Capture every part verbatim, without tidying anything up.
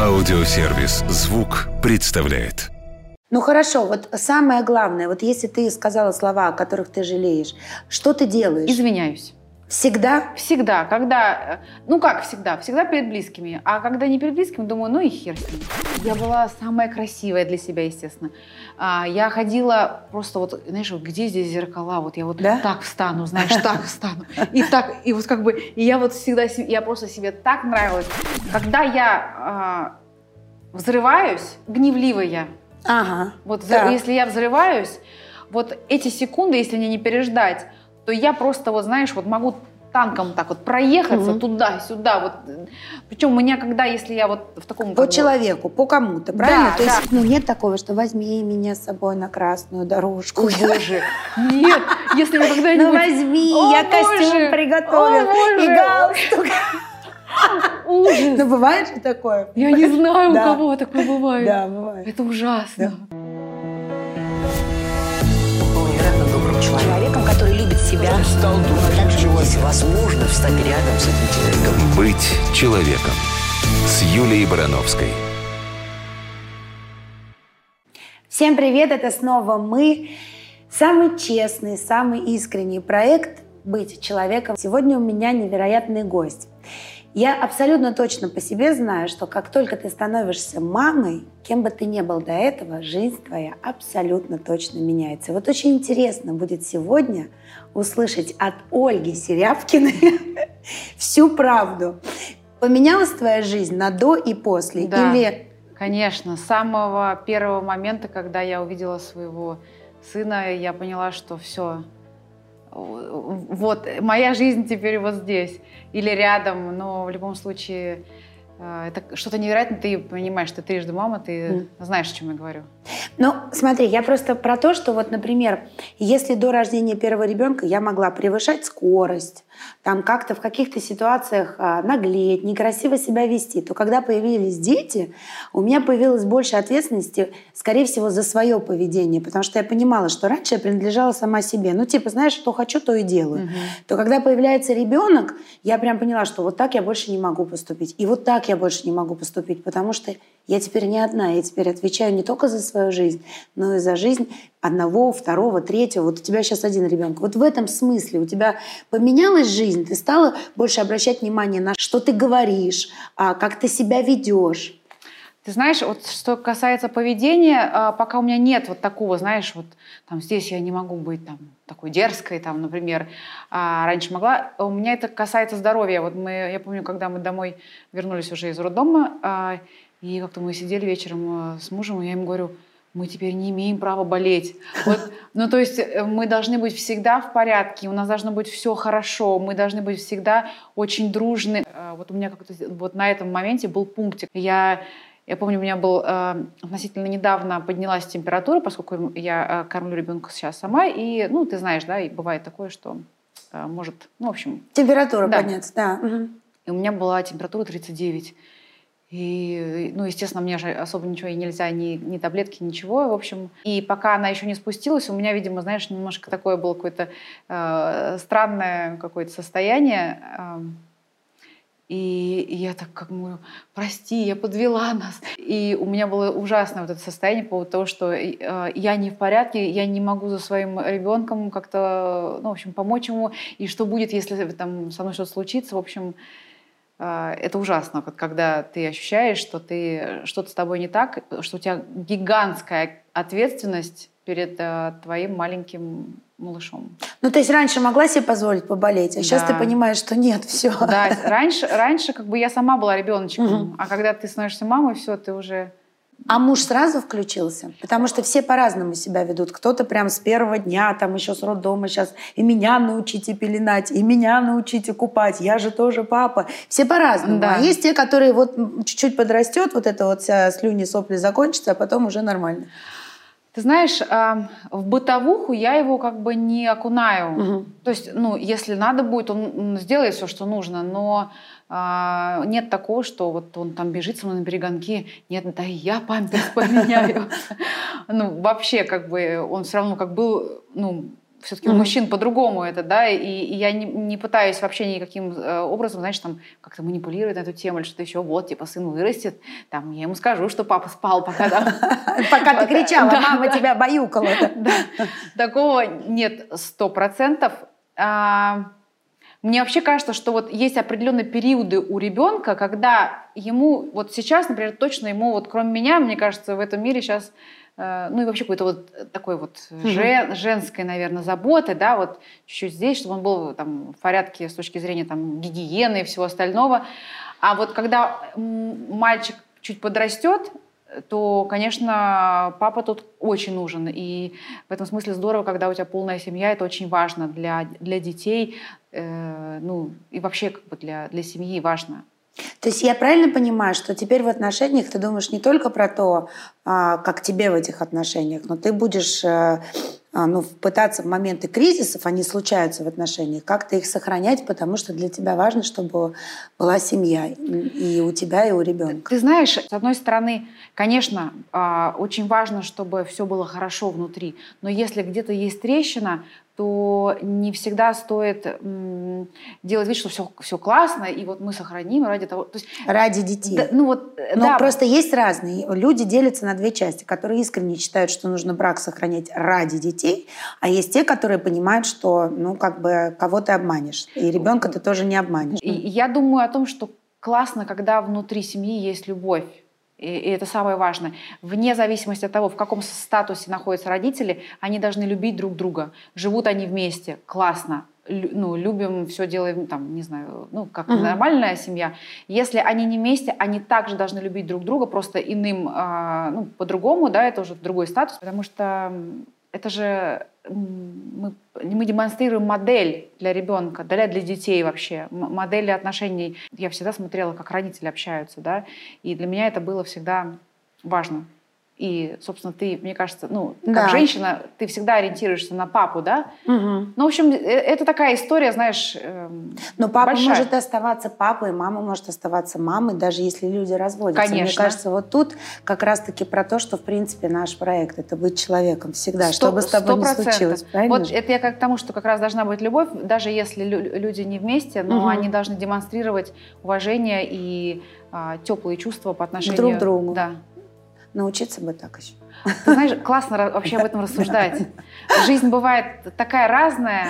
Аудиосервис «Звук» представляет. Ну хорошо, вот самое главное, вот если ты сказала слова, о которых ты жалеешь, что ты делаешь? Извиняюсь. Всегда? Всегда. Когда, ну как всегда? Всегда перед близкими. А когда не перед близкими, думаю, ну и хер с ним. Я была самая красивая для себя, естественно. А, я ходила просто вот, знаешь, вот где здесь зеркала? Вот я вот да? так встану, знаешь, так встану. И так, и вот как бы, и я вот всегда, я просто себе так нравилась. Когда я а, взрываюсь, гневливая я. Ага. Вот да. Если я взрываюсь, вот эти секунды, если мне не переждать, то я просто, вот знаешь, вот могу танком так вот проехаться угу. туда-сюда. Вот. Причем у меня, когда, если я вот в таком... По человеку, бы... по кому-то, правильно? Да, то да. есть ну, нет такого, что возьми меня с собой на красную дорожку. О, боже! Нет! Если вы когда-нибудь... Ну возьми, О, я боже! Костюм приготовил. О, и галстук. Ужас! Ну бывает же такое? Я не знаю, у кого такое бывает. Да, бывает. Это ужасно. Человеком, который любит себя. Стал думать, также возможно встать рядом с этим человеком. Быть человеком с Юлией Барановской. Всем привет, это снова мы. Самый честный, самый искренний проект «Быть человеком». Сегодня у меня невероятный гость. Я абсолютно точно по себе знаю, что как только ты становишься мамой, кем бы ты ни был до этого, жизнь твоя абсолютно точно меняется. И вот очень интересно будет сегодня услышать от Ольги Серябкиной всю правду. Поменялась твоя жизнь на до и после? Да, Или... конечно. С самого первого момента, когда я увидела своего сына, я поняла, что все... Вот, моя жизнь теперь вот здесь или рядом, но в любом случае это что-то невероятное, ты понимаешь, что ты трижды мама, ты mm. знаешь, о чем я говорю. Ну, смотри, я просто про то, что вот, например, если до рождения первого ребенка я могла превышать скорость, там как-то в каких-то ситуациях а, наглеть, некрасиво себя вести, то когда появились дети, у меня появилось больше ответственности, скорее всего, за свое поведение, потому что я понимала, что раньше я принадлежала сама себе. Ну, типа, знаешь, что хочу, то и делаю. Mm-hmm. То когда появляется ребенок, я прям поняла, что вот так я больше не могу поступить. И вот так я больше не могу поступить, потому что я теперь не одна, я теперь отвечаю не только за свою жизнь, но и за жизнь одного, второго, третьего. Вот у тебя сейчас один ребенок. Вот в этом смысле у тебя поменялась жизнь, ты стала больше обращать внимание на что ты говоришь, как ты себя ведешь. Ты знаешь, вот что касается поведения, пока у меня нет вот такого, знаешь, вот там здесь я не могу быть там такой дерзкой, там, например, а раньше могла. У меня это касается здоровья. Вот мы, я помню, когда мы домой вернулись уже из роддома, и как-то мы сидели вечером с мужем, и я ему говорю, мы теперь не имеем права болеть. Вот, ну, то есть мы должны быть всегда в порядке, у нас должно быть все хорошо, мы должны быть всегда очень дружны. Вот у меня как-то вот на этом моменте был пунктик. Я, я помню, у меня был э, относительно недавно поднялась температура, поскольку я э, кормлю ребенка сейчас сама, и, ну, ты знаешь, да, и бывает такое, что э, может, ну, в общем... Температура да. подняться, да. Угу. И у меня была температура тридцать девять. И, ну, естественно, мне же особо ничего и нельзя, ни, ни таблетки, ничего, в общем. И пока она еще не спустилась, у меня, видимо, знаешь, немножко такое было какое-то э, странное какое-то состояние. Э, и, и я так как говорю, прости, я подвела нас. И у меня было ужасное вот это состояние по поводу того, что э, я не в порядке, я не могу за своим ребенком как-то, ну, в общем, помочь ему. И что будет, если там со мной что-то случится, в общем... Это ужасно, когда ты ощущаешь, что ты, что-то с тобой не так, что у тебя гигантская ответственность перед э, твоим маленьким малышом. Ну, то есть раньше могла себе позволить поболеть, а да. сейчас ты понимаешь, что нет, все. Да, раньше, раньше как бы я сама была ребеночком, угу. а когда ты становишься мамой, все, ты уже... А муж сразу включился? Потому что все по-разному себя ведут. Кто-то прям с первого дня, там еще с роддома сейчас, и меня научите пеленать, и меня научите купать, я же тоже папа. Все по-разному. Да. А есть те, которые вот чуть-чуть подрастет, вот это вот вся слюни, сопли закончится, а потом уже нормально. Ты знаешь, в бытовуху я его как бы не окунаю. Угу. То есть, ну, если надо будет, он сделает все, что нужно, но а, нет такого, что вот он там бежит со мной на перегонки, нет, да я памперс поменяю. Ну, вообще, как бы, он все равно как был, ну, все-таки у мужчин по-другому это, да, и, и я не, не пытаюсь вообще никаким э, образом, знаешь, там как-то манипулировать на эту тему или что-то еще. Вот, типа, сын вырастет, там, я ему скажу, что папа спал, пока там... Пока ты кричала, мама тебя баюкала. Такого нет сто процентов. Мне вообще кажется, что вот есть определенные периоды у ребенка, когда ему, вот сейчас, например, точно ему, вот кроме меня, мне кажется, в этом мире сейчас, э, ну и вообще какой-то вот такой вот жен, женской, наверное, заботы, да, вот чуть-чуть здесь, чтобы он был там в порядке с точки зрения там гигиены и всего остального. А вот когда мальчик чуть подрастет, то, конечно, папа тут очень нужен. И в этом смысле здорово, когда у тебя полная семья, это очень важно для, для детей, э, ну и вообще как бы для, для семьи важно. То есть я правильно понимаю, что теперь в отношениях ты думаешь не только про то, как тебе в этих отношениях, но ты будешь ну, пытаться в моменты кризисов, они случаются в отношениях, как-то их сохранять, потому что для тебя важно, чтобы была семья и у тебя, и у ребенка. Ты знаешь, с одной стороны, конечно, очень важно, чтобы все было хорошо внутри, но если где-то есть трещина, то не всегда стоит м, делать вид, что все, все классно, и вот мы сохраним ради того... То есть, ради детей. Да, ну вот, Но да. просто есть разные. Люди делятся на две части, которые искренне считают, что нужно брак сохранять ради детей, а есть те, которые понимают, что ну как бы кого ты обманешь, и ребенка ты тоже не обманешь. И я думаю о том, что классно, когда внутри семьи есть любовь. И это самое важное. Вне зависимости от того, в каком статусе находятся родители, они должны любить друг друга. Живут они вместе, классно. Лю, ну, любим, все делаем, там, не знаю, ну, как uh-huh. нормальная семья. Если они не вместе, они также должны любить друг друга, просто иным, э, ну, по-другому, да, это уже другой статус, потому что это же мы, мы демонстрируем модель для ребенка, для, для детей вообще, модели отношений. Я всегда смотрела, как родители общаются, да, и для меня это было всегда важно. И, собственно, ты, мне кажется, ну, как да. женщина, ты всегда ориентируешься на папу, да? Угу. Ну, в общем, это такая история, знаешь, эм, но папа большая. может оставаться папой, мама может оставаться мамой, даже если люди разводятся. Конечно. Мне кажется, вот тут как раз-таки про то, что, в принципе, наш проект — это быть человеком всегда, сто, что бы с тобой ни случилось. Правильно? Вот это я к тому, что как раз должна быть любовь, даже если лю- люди не вместе, но угу. они должны демонстрировать уважение и а, теплые чувства по отношению друг к другу. Да. Научиться бы так еще. Ты знаешь, классно вообще об этом рассуждать. Жизнь бывает такая разная,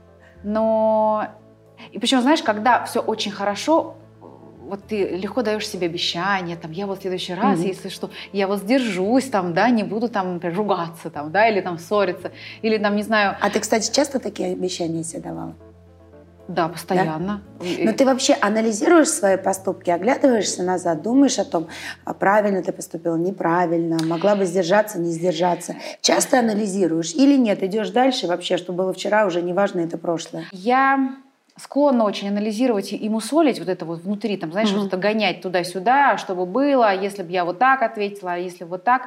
но... И причем, знаешь, когда все очень хорошо, вот ты легко даешь себе обещание, там, я вот в следующий раз, mm-hmm. если что, я вот сдержусь, там, да, не буду там, например, ругаться, там, да, или там ссориться, или там, не знаю... А ты, кстати, часто такие обещания себе давала? Да, постоянно. Да? Но ты вообще анализируешь свои поступки, оглядываешься назад, думаешь о том, правильно ты поступила, неправильно, могла бы сдержаться, не сдержаться. Часто анализируешь или нет? Идешь дальше вообще, что было вчера, уже неважно, это прошлое. Я склонна очень анализировать и мусолить вот это вот внутри, там, знаешь, mm-hmm. вот это гонять туда-сюда, чтобы было, если бы я вот так ответила, если вот так.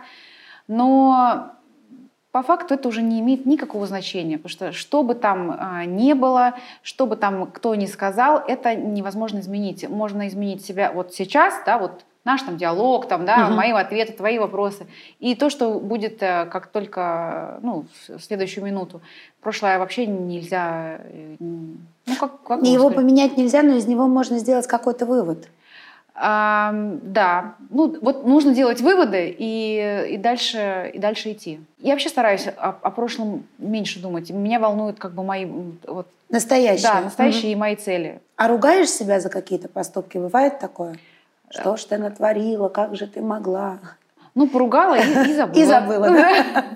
Но... По факту это уже не имеет никакого значения, потому что что бы там а, ни было, что бы там кто ни сказал, это невозможно изменить. Можно изменить себя вот сейчас, да, вот наш там диалог, там, да, угу. мои ответы, твои вопросы. И то, что будет как только ну, в следующую минуту. Прошлое вообще нельзя... Ну, как, как его сказать? Поменять нельзя, но из него можно сделать какой-то вывод. А, да, ну вот нужно делать выводы и, и, дальше, и дальше идти. Я вообще стараюсь о, о прошлом меньше думать. Меня волнуют как бы мои... Вот, настоящие. Да, настоящие угу. и мои цели. А ругаешь себя за какие-то поступки? Бывает такое? Что ж ты натворила? Как же ты могла? Ну, поругала и, и забыла. И забыла, да?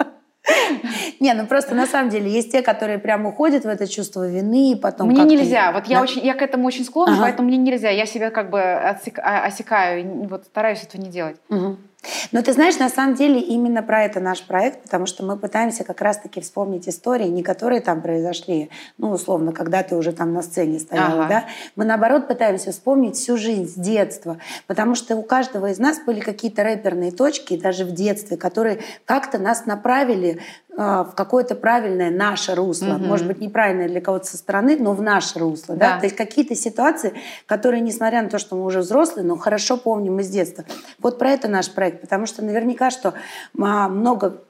Не, ну просто на самом деле есть те, которые прям уходят в это чувство вины, и потом мне как-то... нельзя. Вот да? я, очень, я к этому очень склонна, ага. поэтому мне нельзя. Я себя как бы отсек, осекаю, вот стараюсь этого не делать. Угу. Но ты знаешь, на самом деле именно про это наш проект, потому что мы пытаемся как раз-таки вспомнить истории, не которые там произошли, ну, условно, когда ты уже там на сцене стояла, ага. да? Мы, наоборот, пытаемся вспомнить всю жизнь с детства, потому что у каждого из нас были какие-то рэперные точки, даже в детстве, которые как-то нас направили э, в какое-то правильное наше русло. Угу. Может быть, неправильное для кого-то со стороны, но в наше русло. Да. Да? То есть какие-то ситуации, которые, несмотря на то, что мы уже взрослые, но хорошо помним из детства. Вот про это наш проект. Потому что наверняка, что много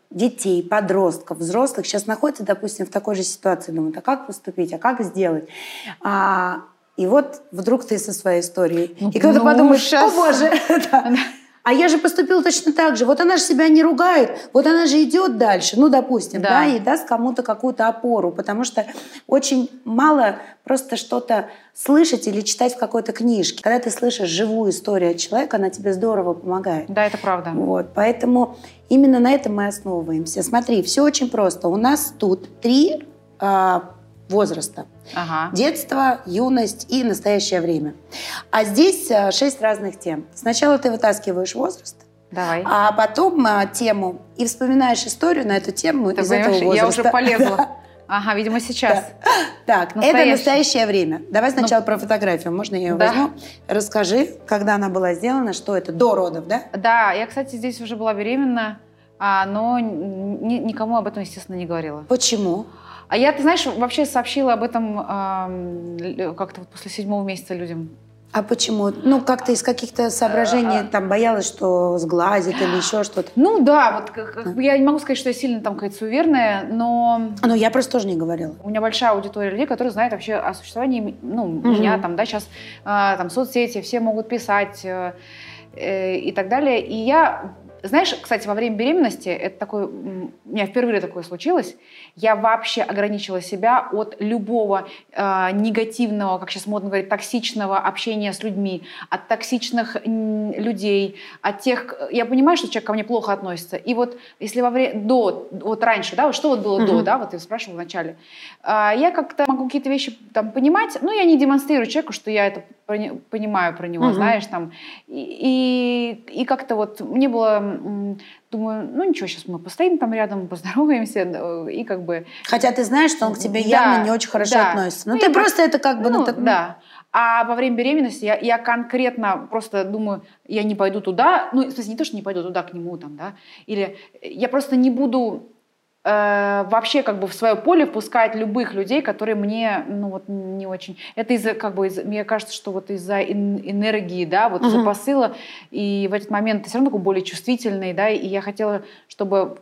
детей, подростков, взрослых сейчас находятся, допустим, в такой же ситуации, думают, а как поступить, а как сделать? А, и вот вдруг ты со своей историей. Ну, и кто-то ну, подумает, сейчас... о боже, а я же поступила точно так же. Вот она же себя не ругает, вот она же идет дальше, ну, допустим, да, да и даст кому-то какую-то опору, потому что очень мало просто что-то слышать или читать в какой-то книжке. Когда ты слышишь живую историю человека, она тебе здорово помогает. Да, это правда. Вот, поэтому именно на этом мы основываемся. Смотри, все очень просто. У нас тут три э, возраста. Ага. Детство, юность и настоящее время. А здесь э, шесть разных тем. Сначала ты вытаскиваешь возраст, Давай. а потом э, тему и вспоминаешь историю на эту тему ты из этого возраста. Я уже полезла. Ага, видимо, сейчас. Да. Так, настоящее. Это настоящее время. Давай сначала ну, про фотографию. Можно я ее да. возьму? Расскажи, когда она была сделана, что это, до родов, да? Да, я, кстати, здесь уже была беременна, но ни, никому об этом, естественно, не говорила. Почему? А я, ты знаешь, вообще сообщила об этом э, как-то вот после седьмого месяца людям. А почему? Ну, как-то из каких-то соображений там боялась, что сглазит или еще что-то? Ну да, вот как, а. я не могу сказать, что я сильно там какая-то суеверная, но... Ну, я просто тоже не говорила. У меня большая аудитория людей, которые знают вообще о существовании, ну, угу. меня там, да, сейчас э, там соцсети, все могут писать э, э, и так далее. И я... Знаешь, кстати, во время беременности, это такое, у меня впервые такое случилось, я вообще ограничила себя от любого э, негативного, как сейчас модно говорить, токсичного общения с людьми, от токсичных м, людей, от тех... Я понимаю, что человек ко мне плохо относится. И вот если во время... До, вот раньше, да, вот что вот было mm-hmm. до, да, вот ты спрашивал вначале, э, я как-то могу какие-то вещи там понимать, но я не демонстрирую человеку, что я это понимаю про него, mm-hmm. знаешь, там. И, и, и как-то вот мне было... Думаю, ну ничего, сейчас мы постоим там рядом, поздороваемся, и как бы... Хотя ты знаешь, что он к тебе явно да, не очень хорошо да. относится. Но ну, ты просто как... это как бы... Ну, ну, так... Да. А во время беременности я, я конкретно просто думаю, я не пойду туда, ну, в смысле, не то, что не пойду туда к нему, там, да, или я просто не буду... вообще как бы в свое поле впускать любых людей, которые мне, ну вот не очень. Это из-за, как бы, из мне кажется, что вот из-за энергии, да, вот uh-huh. из-за посыла, и в этот момент ты все равно такой более чувствительный, да, и я хотела, чтобы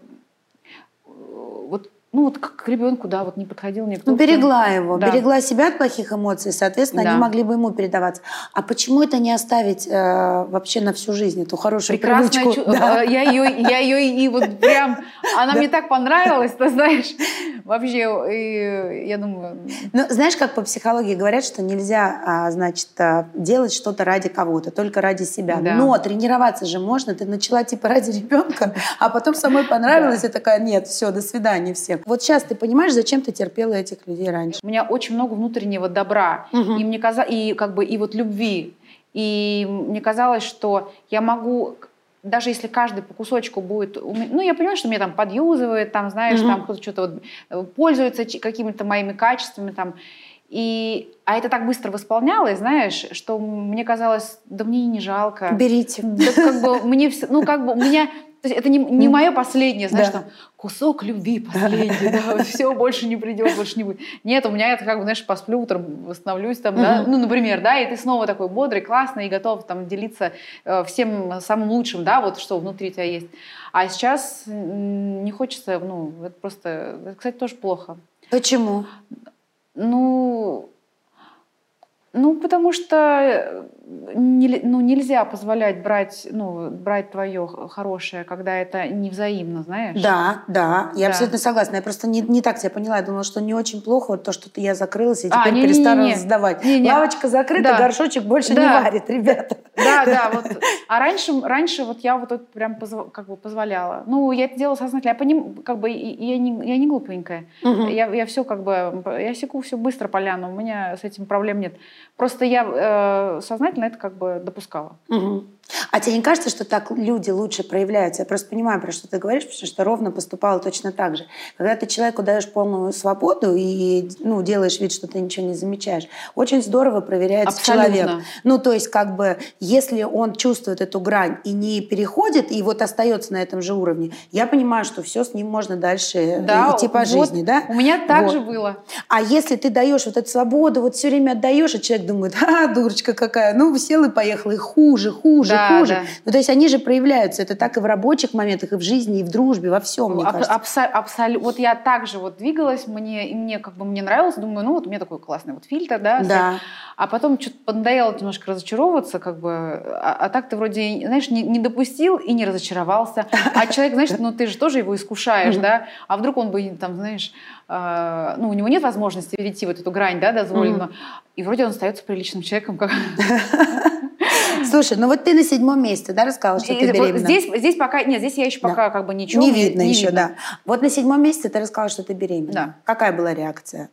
вот ну вот как к ребенку, да, вот не подходил никто. Ну, берегла его, да. берегла себя от плохих эмоций, соответственно, да. они могли бы ему передаваться. А почему это не оставить э, вообще на всю жизнь, эту хорошую Прекрасная привычку? Чу... Да. Я ее, я ее и вот прям, она мне так понравилась, ты знаешь, вообще, и я думаю... Ну, знаешь, как по психологии говорят, что нельзя, значит, делать что-то ради кого-то, только ради себя. Да. Но тренироваться же можно, ты начала типа ради ребенка, а потом самой понравилось, и такая, нет, все, до свидания всем. Вот сейчас ты понимаешь, зачем ты терпела этих людей раньше? У меня очень много внутреннего добра, угу. и мне казалось, и как бы и вот любви, и мне казалось, что я могу, даже если каждый по кусочку будет, ну я понимаю, что меня там подюзывает, там знаешь, угу. там кто-то что-то вот пользуется какими-то моими качествами, там, и а это так быстро восполнялось, знаешь, что мне казалось, да мне и не жалко. Берите. Да как бы мне все, ну как бы у меня То есть это не, не мое последнее, знаешь, да. там, кусок любви последний, да, все, больше не придет, больше не будет. Нет, у меня это как бы, знаешь, посплю, утром восстановлюсь, там, да, ну, например, да, и ты снова такой бодрый, классный и готов там делиться э, всем самым лучшим, да, вот что внутри тебя есть. А сейчас не хочется, ну, это просто, это, кстати, тоже плохо. Почему? Ну... Ну, потому что не, ну, нельзя позволять брать, ну, брать твое хорошее, когда это невзаимно, знаешь? Да, да, я да. абсолютно согласна. Я просто не, не так тебя поняла. Я думала, что не очень плохо вот то, что ты, я закрылась и теперь а, не, перестала не, не, не. сдавать. Не, не. Лавочка закрыта, да. горшочек больше да. не варит, ребята. Да, да. Вот. А раньше, раньше вот я вот это прям позв, как бы позволяла. Ну, я это делала сознательно. Я поним, как бы, я не, я не глупенькая. Угу. Я, я все как бы, я секу все быстро поляну. У меня с этим проблем нет. Просто я э, сознательно это как бы допускала. Угу. А тебе не кажется, что так люди лучше проявляются? Я просто понимаю, про что ты говоришь, потому что ровно поступала точно так же. Когда ты человеку даешь полную свободу и ну, делаешь вид, что ты ничего не замечаешь, очень здорово проверяется Абсолютно. человек. Ну, то есть, как бы, если он чувствует эту грань и не переходит, и вот остается на этом же уровне, я понимаю, что все, с ним можно дальше да, идти по вот жизни. Да? У меня так вот. же было. А если ты даешь вот эту свободу, вот все время отдаешь, и человек думает, а, дурочка какая, ну, сел и поехал, и хуже, хуже, да, хуже. мужа. да. Ну, то есть они же проявляются. Это так и в рабочих моментах, и в жизни, и в дружбе, во всем, мне Аб- кажется. абсо- абсолютно. Вот я также вот двигалась, мне, и мне как бы мне нравилось, думаю, ну вот у меня такой классный вот фильтр, да. Да. А потом что-то поднадоело немножко разочаровываться, как бы, а, а так ты вроде, знаешь, не, не допустил и не разочаровался. А человек, знаешь, ну ты же тоже его искушаешь, да, а вдруг он бы, там, знаешь, э, ну у него нет возможности перейти вот эту грань, да, дозволенную, и вроде он остается приличным человеком. Как... Слушай, ну вот ты на седьмом месте, да, рассказала, что ты беременна? Здесь, здесь пока, нет, здесь я еще пока Да. как бы ничего. Не мне видно не еще, видно. да. Вот на седьмом месяце ты рассказала, что ты беременна. Да. Какая была реакция?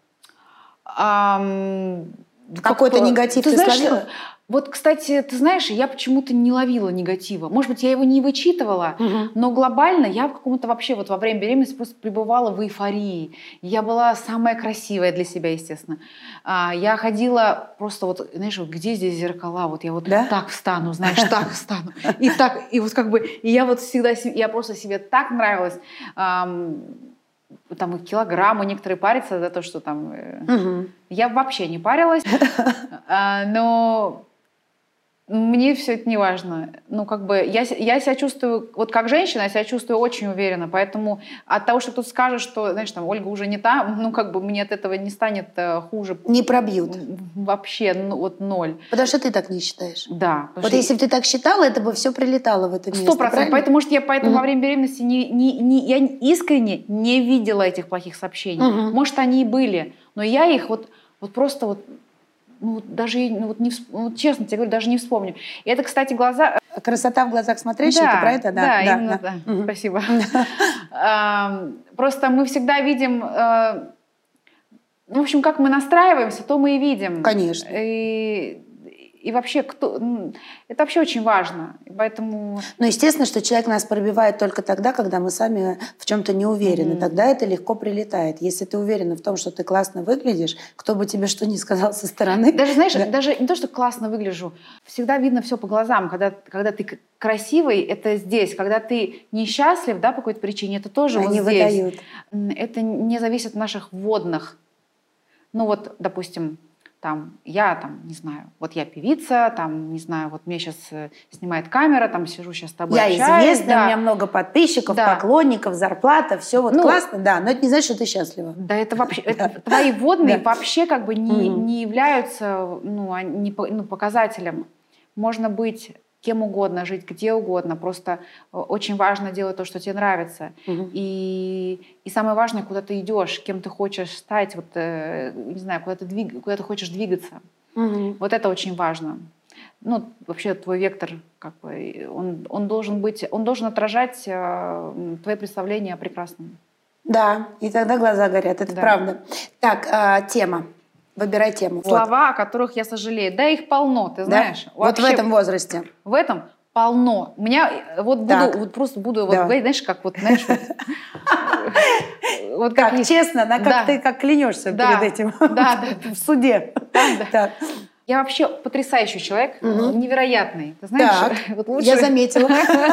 Ам, Какой-то как-то- негатив ты знаешь, словила? что- Вот, кстати, ты знаешь, я почему-то не ловила негатива. Может быть, я его не вычитывала, Мгм. но глобально я в каком-то вообще вот во время беременности просто пребывала в эйфории. Я была самая красивая для себя, естественно. А, я ходила просто вот, знаешь, вот где здесь зеркала? Вот я вот Да? так встану, знаешь, так встану. И так, и вот как бы, и я вот всегда, се- я просто себе так нравилась. Ам, там и килограммы некоторые парятся за то, что там... э, Мгм. Я вообще не парилась, а, но мне все это не важно. Ну, как бы я, се- я себя чувствую, вот как женщина, я себя чувствую очень уверенно, поэтому от того, что кто-то скажет, что, знаешь, там, Ольга уже не та, ну, как бы мне от этого не станет э, хуже. Не пробьют. Вообще, ну, вот ноль. Потому что ты так не считаешь. Да. потому Вот что- если бы ты так считала, это бы все прилетало в это место. Сто процентов. правильно? Поэтому, может, я поэтому Мгм. во время беременности не, не, не, я искренне не видела этих плохих сообщений. Мгм. Может, они и были, но я их вот, вот просто вот, ну, вот даже ну, вот не всп- ну, вот честно тебе говорю, даже не вспомню. И это, кстати, глаза... Красота в глазах смотрящих, ты про это? Да, да, именно да. да. Мгм. Спасибо. Ам, Просто мы всегда видим... э, ну, в общем, как мы настраиваемся, то мы и видим. Конечно. И, и вообще, кто, м, это вообще очень важно. И поэтому... Ну, естественно, что человек нас пробивает только тогда, когда мы сами в чем-то не уверены. Мгм. Тогда это легко прилетает. Если ты уверена в том, что ты классно выглядишь, кто бы тебе что ни сказал со стороны. Даже, знаешь, Да. даже не то, что классно выгляжу, всегда видно все по глазам. Когда, когда ты к- красивый, это здесь. Когда ты несчастлив, да, по какой-то причине, это тоже Они вот здесь. выдают. М, Это не зависит от наших вводных. Ну вот, допустим, там, я там, не знаю, вот я певица, там, не знаю, вот мне сейчас снимает камера, там сижу сейчас с тобой Я общаюсь, известна, да. у меня много подписчиков, Да. поклонников, зарплата, все вот Ну, классно, да, но это не значит, что ты счастлива. Да, это вообще это, твои водные Да. вообще как бы не, Мгм. не являются ну, они не по- ну, показателем. Можно быть кем угодно, жить где угодно. Просто э, очень важно делать то, что тебе нравится. Мгм. И, и самое важное, куда ты идешь, кем ты хочешь стать, вот, э, не знаю, куда ты, двиг... куда ты хочешь двигаться. Мгм. Вот это очень важно. Ну, вообще твой вектор, как бы, он, он должен быть, он должен отражать э, твои представления о прекрасном. Да, и тогда глаза горят, это Да. правда. Так, а, тема. Выбирай тему. Вот. Слова, о которых я сожалею. Да, их полно, ты Да? знаешь. Вот в Вообще этом возрасте. в этом полно. У меня э, вот буду, Так. вот просто буду вот Давай. говорить, знаешь, как вот, знаешь, вот, вот Как, есть. честно, да, как Да. ты как клянешься Да. перед этим Да, да, в суде. да. Так, Я вообще потрясающий человек, Мгм. невероятный. Ты знаешь, так, вот лучше... я заметила.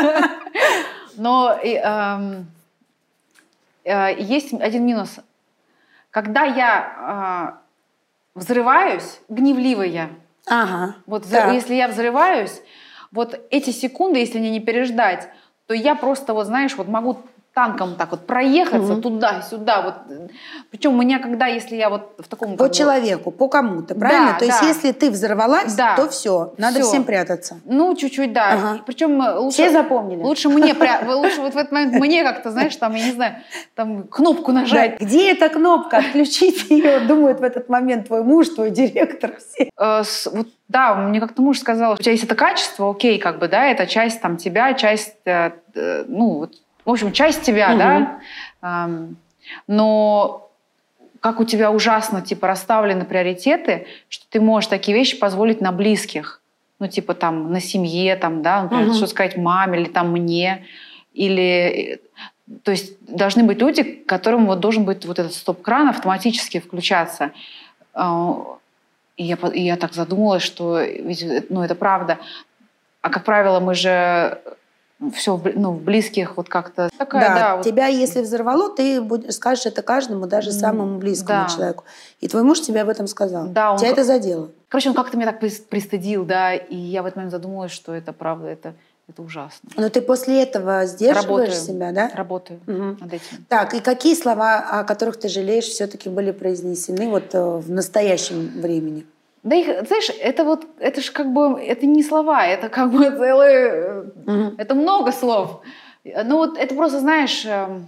Но и, эм, э, есть один минус. Когда я э, взрываюсь, гневливая, Ага. вот взрыв- Так. если я взрываюсь, вот эти секунды, если мне не переждать, то я просто, вот знаешь, вот могу танком так вот проехаться Мгм. туда-сюда. Вот. Причем у меня, когда, если я вот в таком... По как бы, человеку, по кому-то, правильно? Да, То есть да. если ты взорвалась, Да. то все, надо Всё. всем прятаться. Ну, чуть-чуть, да. Ага. Причем лучше... Все запомнили? Лучше мне, пря- лучше вот в этот момент мне как-то, знаешь, там, я не знаю, там кнопку Да, нажать. где эта кнопка? Отключить ее, думает в этот момент твой муж, твой директор, все. Э, с- вот, да, мне как-то муж сказал, у тебя есть это качество, окей, как бы, да, это часть там тебя, часть, э, э, ну, вот, в общем, часть тебя, Мгм. да, Эм, но как у тебя ужасно, типа, расставлены приоритеты, что ты можешь такие вещи позволить на близких, ну, типа, там, на семье, там, да, например, Мгм. что сказать маме или там мне, или... То есть должны быть люди, которым вот должен быть вот этот стоп-кран автоматически включаться. Э, И я, по- и я так задумалась, что ведь, э, ну, это правда. А как правило, мы же все ну, в близких вот как-то... Такая, Да, да, вот- тебя если взорвало, ты будешь- скажешь это каждому, даже М, самому близкому да. человеку. И твой муж тебе об этом сказал. Да, он Тебя ка- это задело. Короче, он как-то меня так прис- пристыдил, да, и я в этот момент задумалась, что это правда, это, Это ужасно. Но ты после этого сдерживаешь Работаю. себя, да? Работаю Мгм. над этим. Так, и какие слова, о которых ты жалеешь, все-таки были произнесены вот э, в настоящем времени? Да их, знаешь, это вот, это же как бы, это не слова, это как бы целые, Мгм. это много слов. Ну вот это просто, знаешь, эм,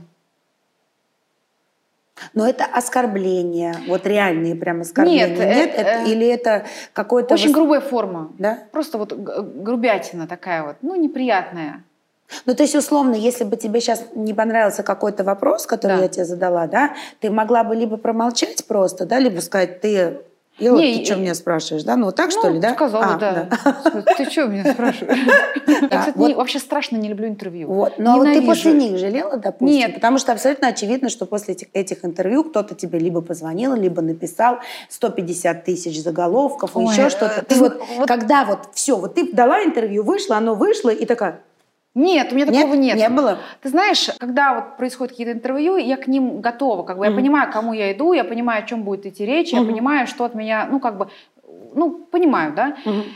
Но это оскорбления, вот реальные прям оскорбления. Нет, Нет, э, Это- э, или это какой-то... очень вос- грубая форма. Да? Просто вот г- грубятина такая вот, ну, неприятная. Ну, то есть, условно, если бы тебе сейчас не понравился какой-то вопрос, который Да. я тебе задала, да, ты могла бы либо промолчать просто, да, либо сказать, ты, Ела, Не, ты что и- меня спрашиваешь, да? Ну, вот так, что ли, да? сказала, А, да. Ты что меня спрашиваешь? Я, кстати, вот. не- вообще страшно не люблю интервью. Вот. Но вот ты Ненавижу. после них жалела, допустим? Нет. Потому что абсолютно очевидно, что после этих, этих интервью кто-то тебе либо позвонил, либо написал сто пятьдесят тысяч заголовков, Ой, еще э, что-то. ты Ты вот, вот- когда вот все, вот ты дала интервью, вышло, оно вышло, и такая... Нет, у меня такого нет. Не было? Ты знаешь, когда вот происходят какие-то интервью, я к ним готова. Как бы, я понимаю, к кому я иду, я понимаю, о чем будет идти речь, я понимаю, что от меня, ну, как бы, ну, понимаю, да.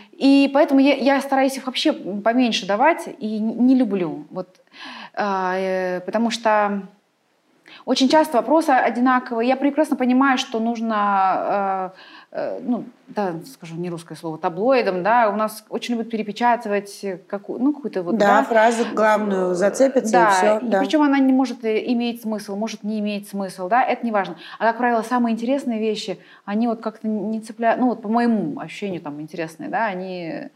И поэтому я, я стараюсь их вообще поменьше давать и не, не люблю. Вот, а, э, потому что очень часто вопросы одинаковые. Я прекрасно понимаю, что нужно, э, э, ну, да, скажу не русское слово, таблоидом, да, у нас очень любят перепечатывать какую, ну, какую-то вот, Да, да, фразу главную зацепится, да, и все. и Да. причем она не может иметь смысл, может не иметь смысл, да, это не важно. А, как правило, самые интересные вещи, они вот как-то не цепляют, ну, вот по моему ощущению там интересные, да, они,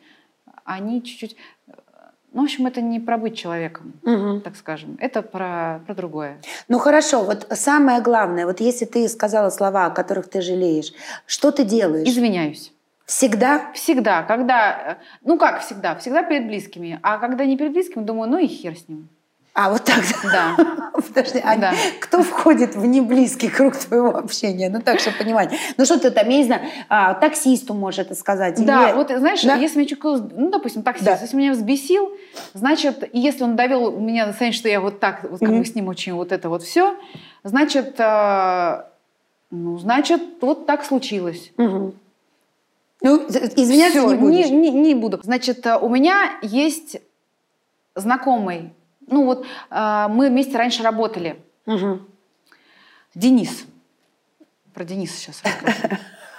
они чуть-чуть... Ну, в общем, это не про быть человеком, Мгм. так скажем. Это про, про другое. Ну хорошо, вот самое главное, вот если ты сказала слова, о которых ты жалеешь, что ты делаешь? Извиняюсь. Всегда? Всегда, когда... Ну, как всегда? Всегда перед близкими. А когда не перед близкими, думаю, ну и хер с ним. А, вот так. Да. Подожди, а Да. кто входит в неблизкий круг твоего общения? Ну так, чтобы понимать. Ну что ты там, я не знаю, а, таксисту можешь это сказать? Да, или- вот знаешь, Да? если меня человек, ну, допустим, таксист, Да. если меня взбесил, значит, и если он довел меня до состояния, что я вот так, вот как Мгм. бы с ним очень вот это вот все, значит, э, ну, значит, вот так случилось. Мгм. Ну, извиняться Всё, не будешь? Не, не буду. Значит, э, у меня есть знакомый, ну вот э, мы вместе раньше работали, Мгм. Денис. Про Дениса сейчас расскажу.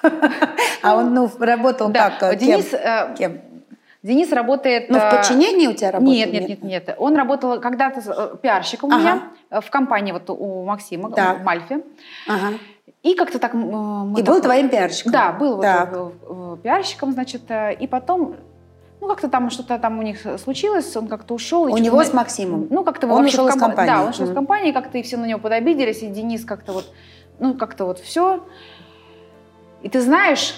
А он, ну, работал Да, как? Кем? Денис, э, Кем? Денис работает... Ну, в э, подчинении у тебя работал? Нет, нет, нет, нет. Он работал когда-то э, пиарщиком у Ага. меня э, в компании вот у Максима, Так. в Мальфе. Ага. И как-то так... э, мы И так- был твоим пиарщиком? Да, был вот, Так. э, э, пиарщиком, значит. э, И потом, ну, как-то там что-то там у них случилось, он как-то ушел. и У что-то него на- с Максимом? Ну, как-то Он вообще ушел в из компа- компании? Да, он ушел из Мгм. компании, как-то и все на него подобиделись, и Денис как-то вот, ну, как-то вот все. И ты знаешь,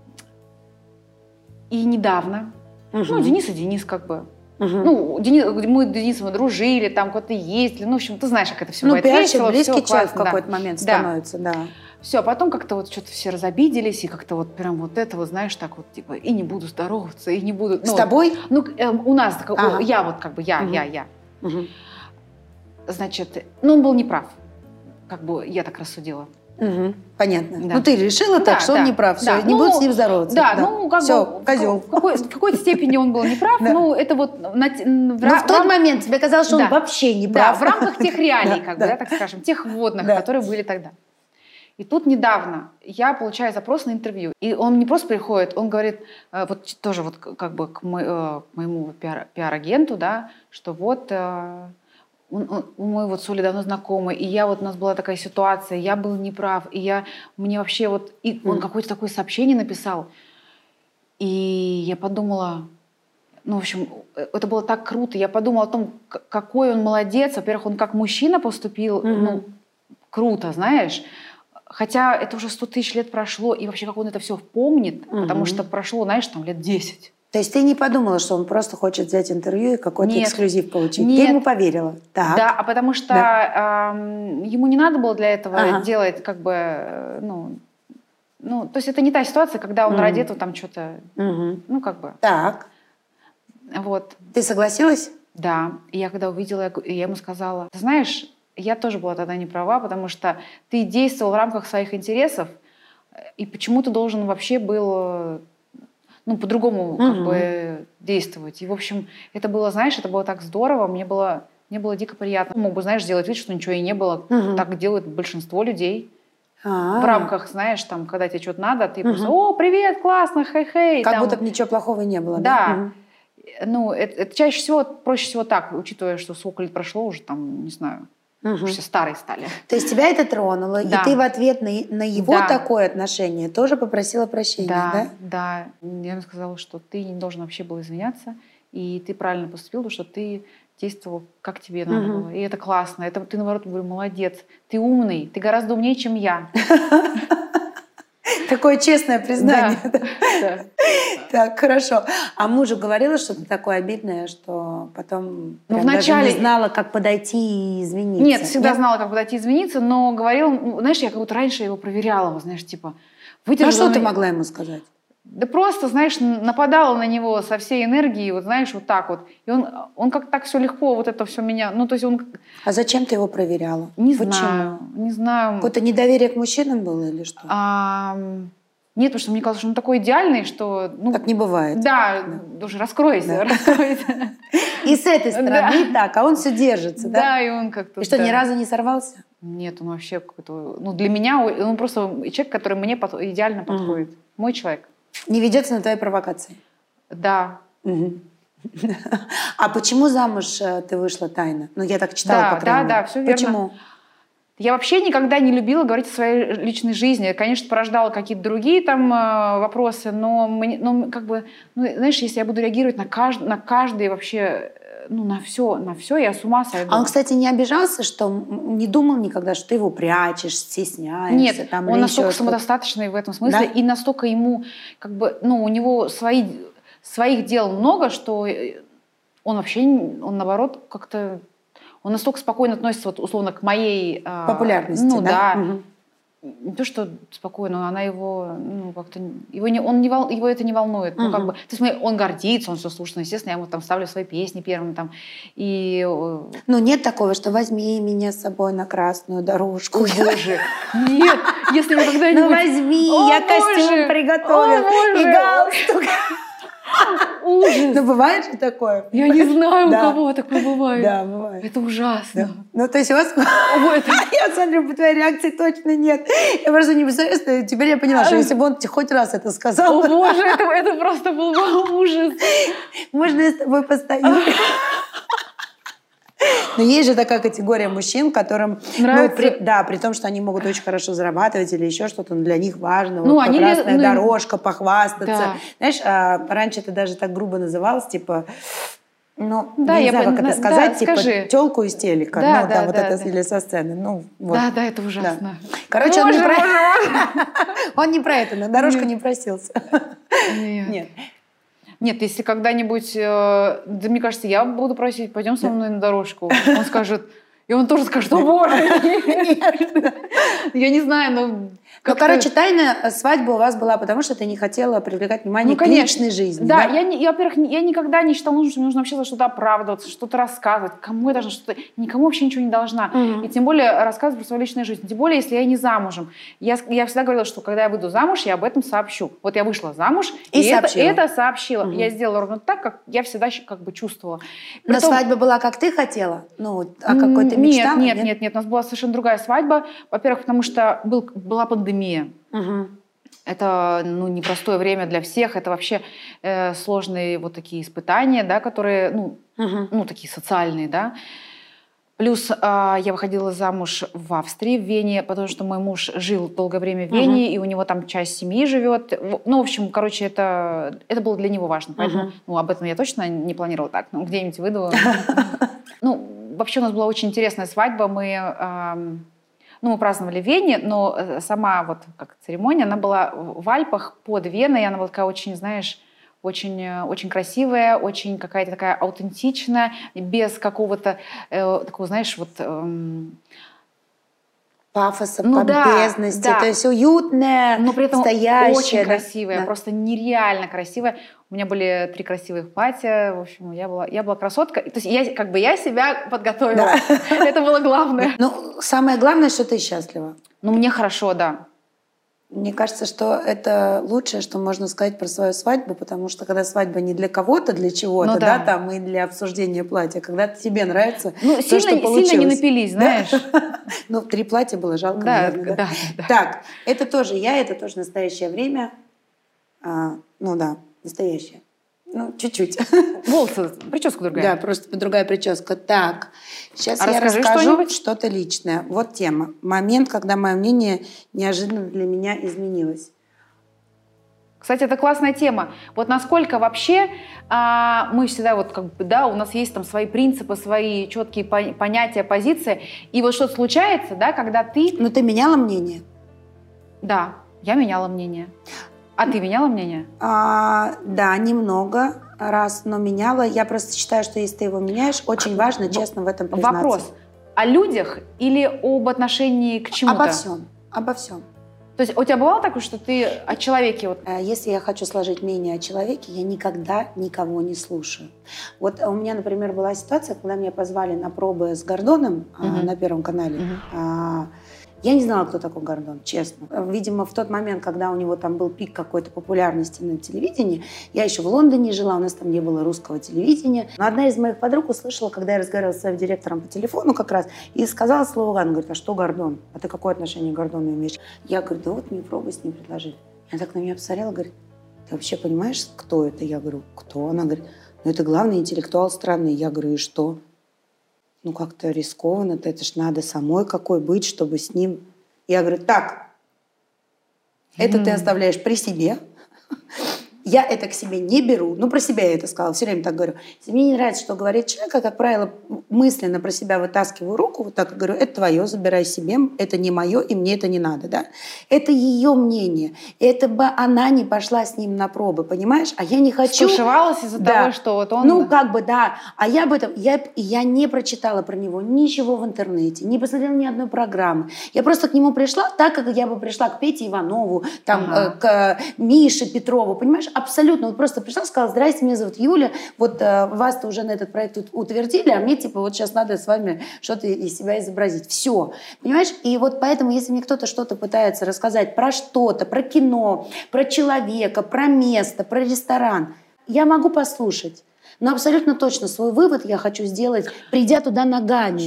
и недавно, Мгм. ну, Денис и Денис как бы, Мгм. ну, Денис, мы с Денисом дружили, там куда-то ездили, ну, в общем, ты знаешь, как это все Ну, бывает. пиарщик, Весело, близкий всё человек в классно, да. какой-то момент Да. становится, да. Все, а потом как-то вот что-то все разобиделись, и как-то вот прям вот это вот, знаешь, так вот, типа, и не буду здороваться, и не буду... С ну, тобой? Ну, э, у нас, как- Ага. я вот как бы, я, Мгм. я, я. Мгм. Значит, ну, он был неправ, как бы я так рассудила. Мгм. Понятно. Да. Ну, ты решила Да, так, что да, он не прав, все, да. не Ну, будут с ним здороваться. Да, ну, как Все, бы... в козел. ка- В какой- в какой-то степени он был неправ, Да. ну, это вот... на те- в Но ра- в тот рам- момент тебе казалось, что он Да. вообще не Да, прав. в рамках тех реалий, Да, как да. бы, да, так скажем, тех вводных, Да. которые были тогда. И тут недавно я получаю запрос на интервью. И он не просто приходит, он говорит, э, вот ч- тоже вот к- как бы к, мо- э, к моему пиар- пиар-агенту, да, что вот э, он- он- мы вот с Олей давно знакомы, и я вот, у нас была такая ситуация, я был неправ, и я, мне вообще вот, и он Мгм. какое-то такое сообщение написал, и я подумала, ну, в общем, э, это было так круто, я подумала о том, к- какой он молодец, во-первых, он как мужчина поступил, Мгм. ну, круто, знаешь, хотя это уже сто тысяч лет прошло, и вообще как он это все помнит, Мгм. потому что прошло, знаешь, там лет десять. То есть ты не подумала, что он просто хочет взять интервью и какой-то Нет. эксклюзив получить? Нет. Ты ему поверила? Так. Да, а потому что ам, ему не надо было для этого Ага. делать, как бы, э, ну, ну, то есть это не та ситуация, когда он Мгм. ради этого там что-то, Мгм. ну, как бы, Так. вот. Ты согласилась? Да, и я когда увидела, я г- я ему сказала, ты знаешь, я тоже была тогда не права, потому что ты действовал в рамках своих интересов, э, и почему ты должен вообще был... э, ну, по-другому как угу. бы действовать. И, в общем, это было, знаешь, это было так здорово, мне было, мне было дико приятно. Мог бы, знаешь, сделать вид, что ничего и не было. Угу. Так делает большинство людей. А-а-а. В рамках, знаешь, там, когда тебе что-то надо, ты угу. просто, о, привет, классно, хей-хей. Как там. будто бы ничего плохого не было. Да. да? Угу. Ну, это, это чаще всего, проще всего так, учитывая, что сколько лет прошло уже, там, не знаю, угу. уже все старые стали. То есть тебя это тронуло, да. и ты в ответ на, на его да. такое отношение тоже попросила прощения, да? Да, да. Я ему сказала, что ты не должен вообще был извиняться, и ты правильно поступил, потому что ты действовал, как тебе надо угу. было. И это классно. Это ты, наоборот, говорю, молодец. Ты умный, ты гораздо умнее, чем я. Такое честное признание. Да. Да. Так, хорошо. А мужу говорила что-то такое обидное, что потом ну, прям вначале... даже не знала, как подойти и извиниться? Нет, всегда Нет? знала, как подойти и извиниться, но говорил, ну, знаешь, я как будто раньше его проверяла, знаешь, типа... А что ты могла ему сказать? Да просто, знаешь, нападала на него со всей энергией, вот знаешь, вот так вот. И он, он как-то так все легко, вот это все меня... Ну, то есть он... А зачем ты его проверяла? Не Почему? знаю, не знаю. Какое-то недоверие к мужчинам было или что? А, нет, потому что мне казалось, что он такой идеальный, что... Ну, так не бывает. Да, да. уже раскройся, да. раскройся. И с этой стороны так, а он все держится, да? Да, и он как-то... И что, ни разу не сорвался? Нет, он вообще какой-то... Ну, для меня он просто человек, который мне идеально подходит. Мой человек. Не ведется на твои провокации? Да. Угу. А почему замуж ты вышла тайно? Ну, я так читала, да, по крайней мере. Да, да, все верно. Почему? Я вообще никогда не любила говорить о своей личной жизни. Я, конечно, порождала какие-то другие там э, вопросы, но, мне, но как бы, ну, знаешь, если я буду реагировать на, кажд, на каждый вообще, ну, на все, на все, я с ума сойду. А он, кстати, не обижался, что не думал никогда, что ты его прячешь, стесняешься? Нет, там, он настолько самодостаточный в этом смысле, да? И настолько ему, как бы, ну, у него свои, своих дел много, что он вообще, он наоборот как-то, он настолько спокойно относится, вот, условно, к моей... популярности, ну, да? да. Угу. Не то, что спокойно, она его, ну, как-то, его, не, он не вол, его это не волнует. Uh-huh. Ну, как бы, то есть он гордится, он все слушает, ну, естественно, я ему там ставлю свои песни первым, там, и... Ну, нет такого, что возьми меня с собой на красную дорожку. О, боже, нет, если вы когда-нибудь... Ну, возьми, я костюм приготовил и галстук. Ужас. Ну, бывает же такое? Я не знаю, у кого такое бывает. Да, бывает. Это ужасно. Ну, то есть у вас... Я смотрю, по твоей реакции точно нет. Я просто не представляю, теперь я поняла, что если бы он хоть раз это сказал... О, боже, это просто был ужас. Можно я с тобой постою? Но есть же такая категория мужчин, которым... Нравится. Ну, при, да, при том, что они могут очень хорошо зарабатывать или еще что-то, но для них важно. Ну, вот они красная ну, дорожка, похвастаться. Да. Знаешь, а, раньше это даже так грубо называлось, типа... Ну, да, я не я знаю, пон... как это да, сказать, да, типа скажи. тёлку из телека. Да, ну, да, да, вот да, это да. или со сцены. Ну, вот. Да, да, это ужасно. Да. Короче, боже, он, не про... боже, он не про это, на дорожку Нет. не просился. Нет. Нет. Нет, если когда-нибудь, э, да, мне кажется, я буду просить, пойдем со мной на дорожку. Он скажет, и он тоже скажет, о боже, нет. Я не знаю, но... Ну, короче, тайная свадьба у вас была, потому что ты не хотела привлекать внимание ну, к личной жизни. Да, да? Я, не, я, во-первых, я никогда не считала нужным, что мне нужно вообще за что-то оправдываться, что-то рассказывать. Кому я должна что-то... Никому вообще ничего не должна. Угу. И тем более рассказывать про свою личную жизнь. Тем более, если я не замужем. Я, я всегда говорила, что когда я выйду замуж, я об этом сообщу. Вот я вышла замуж, и, и это, это сообщила. Угу. Я сделала ровно так, как я всегда как бы чувствовала. Но Притом... свадьба была, как ты хотела? Ну, а какой ты мечтала? Нет, нет, нет, нет. У нас была совершенно другая свадьба. Во-первых, потому что был, была пандемия. Угу. Это ну, непростое время для всех, это вообще э, сложные вот такие испытания, да, которые, ну, угу. ну такие социальные, да. Плюс э, я выходила замуж в Австрии, в Вене, потому что мой муж жил долгое время в Вене, угу. и у него там часть семьи живет. Ну, в общем, короче, это, это было для него важно, поэтому угу. ну, об этом я точно не планировала так, ну, где-нибудь выйду. Ну, вообще у нас была очень интересная свадьба, мы... Ну, мы праздновали в Вене, но сама вот как церемония, она была в Альпах под Веной, и она была такая очень, знаешь, очень, очень красивая, очень какая-то такая аутентичная, без какого-то э, такого, знаешь, вот... Эм... пафоса, ну, помпезности, да, да. то есть уютная, но при этом стоящая. Очень красивая, да. просто нереально красивая. У меня были три красивых платья, в общем, я была, я была красотка. То есть я, как бы я себя подготовила. Да. Это было главное. Ну, самое главное, что ты счастлива. Ну, мне хорошо, да. Мне кажется, что это лучшее, что можно сказать про свою свадьбу, потому что когда свадьба не для кого-то, для чего-то, Ну да. да. там и для обсуждения платья, когда тебе нравится Ну, то, сильно, что сильно не получилось. напились, знаешь. Ну, три платья было жалко, Да, наверное, да? да, да. Так, это тоже я, это тоже настоящее время. А, ну да, настоящее. Ну, чуть-чуть. Волосы, прическа другая. Да, просто другая прическа. Так, сейчас А я расскажи расскажу что-нибудь. что-то личное. Вот тема. Момент, когда мое мнение неожиданно для меня изменилось. Кстати, это классная тема. Вот насколько вообще а, мы всегда вот как бы, да, у нас есть там свои принципы, свои четкие пон- понятия, позиции. И вот что-то случается, да, когда ты... Ну, ты меняла мнение? Да, я меняла мнение. А ты меняла мнение? А, да, немного раз, но меняла. Я просто считаю, что если ты его меняешь, очень важно честно в этом признаться. Вопрос. О людях или об отношении к чему-то? Обо всем. Обо всем. То есть у тебя бывало такое, что ты о человеке... Вот... Если я хочу сложить мнение о человеке, я никогда никого не слушаю. Вот у меня, например, была ситуация, когда меня позвали на пробы с Гордоном Мгм. а, на Первом канале. Мгм. А, я не знала, кто такой Гордон, честно. Видимо, в тот момент, когда у него там был пик какой-то популярности на телевидении, я еще в Лондоне жила, у нас там не было русского телевидения. Но одна из моих подруг услышала, когда я разговаривала с своим директором по телефону как раз, и сказала слово «Ганна», говорит, а что Гордон? А ты какое отношение к Гордону имеешь? Я говорю, да вот мне пробуй с ним предложить. Она так на меня посмотрела, говорит, ты вообще понимаешь, кто это? Я говорю, кто? Она говорит, ну это главный интеллектуал страны. Я говорю, и что? Ну, как-то рискованно, это ж надо самой какой быть, чтобы с ним... Я говорю, так, это ты оставляешь при себе, я это к себе не беру. Ну, про себя я это сказала, все время так говорю. Если мне не нравится, что говорит человек, я, как правило, мысленно про себя вытаскиваю руку, вот так и говорю, это твое, забирай себе, это не мое, и мне это не надо, да? Это ее мнение. Это бы она не пошла с ним на пробы, понимаешь? А я не хочу... Стушевалась из-за Да. того, что вот он... Ну, как бы, да. А я об этом... Я, я не прочитала про него ничего в интернете, не посмотрела ни одной программы. Я просто к нему пришла так, как я бы пришла к Пете Иванову, там, Ага. э, к Мише Петрову, понимаешь? Абсолютно. Вот просто пришла, сказала, здрасте, меня зовут Юля, вот э, вас-то уже на этот проект ут- утвердили, а мне, типа, вот сейчас надо с вами что-то из себя изобразить. Все. Понимаешь? И вот поэтому, если мне кто-то что-то пытается рассказать про что-то, про кино, про человека, про место, про ресторан, я могу послушать. Но абсолютно точно свой вывод я хочу сделать, придя туда ногами.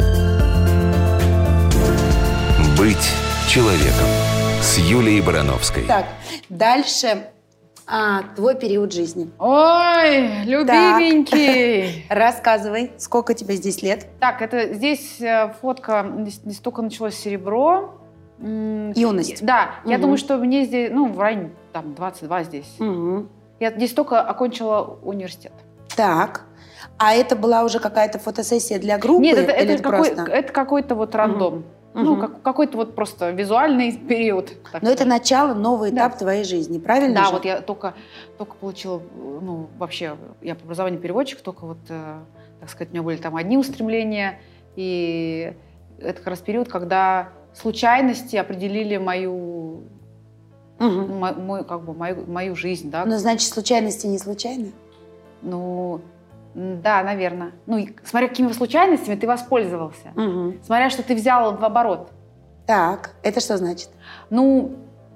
Быть человеком с Юлией Барановской. Так, дальше а, твой период жизни. Ой, любименький! Рассказывай, сколько тебе здесь лет? Так, это здесь э, фотка, здесь, здесь только началось серебро. М, Юность. Да, я Мгм. думаю, что мне здесь, ну, в районе там двадцать два здесь. Мгм. Я здесь только окончила университет. Так, а это была уже какая-то фотосессия для группы? Нет, это, или это, какой, просто? это какой-то вот рандом. Ну, Мгм. как, какой-то вот просто визуальный период. так Но это сказать. начало, новый Да. этап твоей жизни, правильно Да, же? вот я только, только получила, ну, вообще, я по образованию переводчик, только вот, э, так сказать, у меня были там одни устремления, и это как раз период, когда случайности определили мою, Мгм. ну, мо- мой, как бы, мою, мою жизнь, да. Ну, значит, случайности не случайны? Ну, м, да, наверное. Ну, и смотря какими случайностями ты воспользовался. Мгм. Смотря, что ты взял в оборот. Так, это что значит? Ну,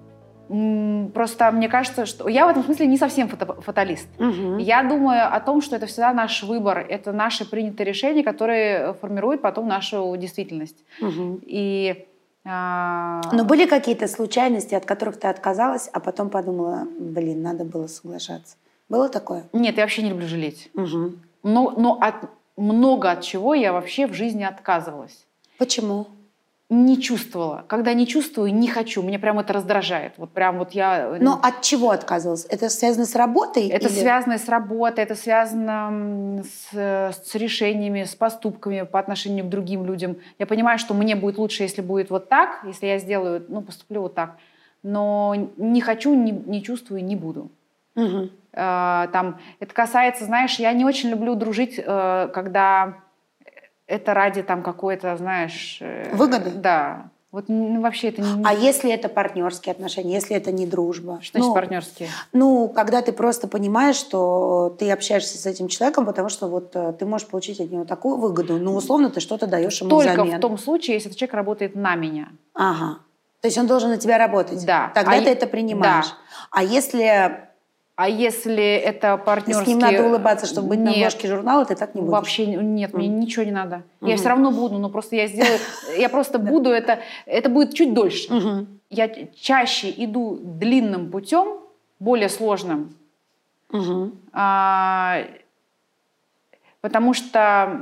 м, просто мне кажется, что я в этом смысле не совсем фото- фаталист. Мгм. Я думаю о том, что это всегда наш выбор, это наши принятые решения, которые формируют потом нашу действительность. Мгм. И а, Но были какие-то случайности, от которых ты отказалась, а потом подумала, блин, надо было соглашаться. Было такое? нет, я вообще не люблю жалеть. Мгм. Но, но от, много от чего я вообще в жизни отказывалась. Почему? Не чувствовала. Когда не чувствую, не хочу. Меня прям это раздражает. Вот прям вот я... Но от чего отказывалась? Это связано с работой? Это или- связано с работой, это связано м, с, с решениями, с поступками по отношению к другим людям. Я понимаю, что мне будет лучше, если будет вот так, если я сделаю, ну, поступлю вот так. Но не хочу, не, не чувствую, не буду. Мгм. Э, там, это касается, знаешь, я не очень люблю дружить, э, когда это ради там какой-то, знаешь... э, Выгоды? Да. Вот ну, вообще это не... А если это партнерские отношения, если это не дружба? Что значит Ну, партнерские? Ну, когда ты просто понимаешь, что ты общаешься с этим человеком, потому что вот э, ты можешь получить от него такую выгоду, ну, условно, ты что-то даешь ему Только взамен. в том случае, если этот человек работает на меня. Ага. То есть он должен на тебя работать? Да. Тогда а ты е... это принимаешь. Да. А если... А если это партнерский... С ним надо улыбаться, чтобы быть нет. на обложке журнала, ты так не будешь? Вообще нет, Mm. мне ничего не надо. Mm-hmm. Я все равно буду, но просто я сделаю... Я просто буду это... Это будет чуть дольше. Mm-hmm. Я чаще иду длинным путем, более сложным, Mm-hmm. а, потому что...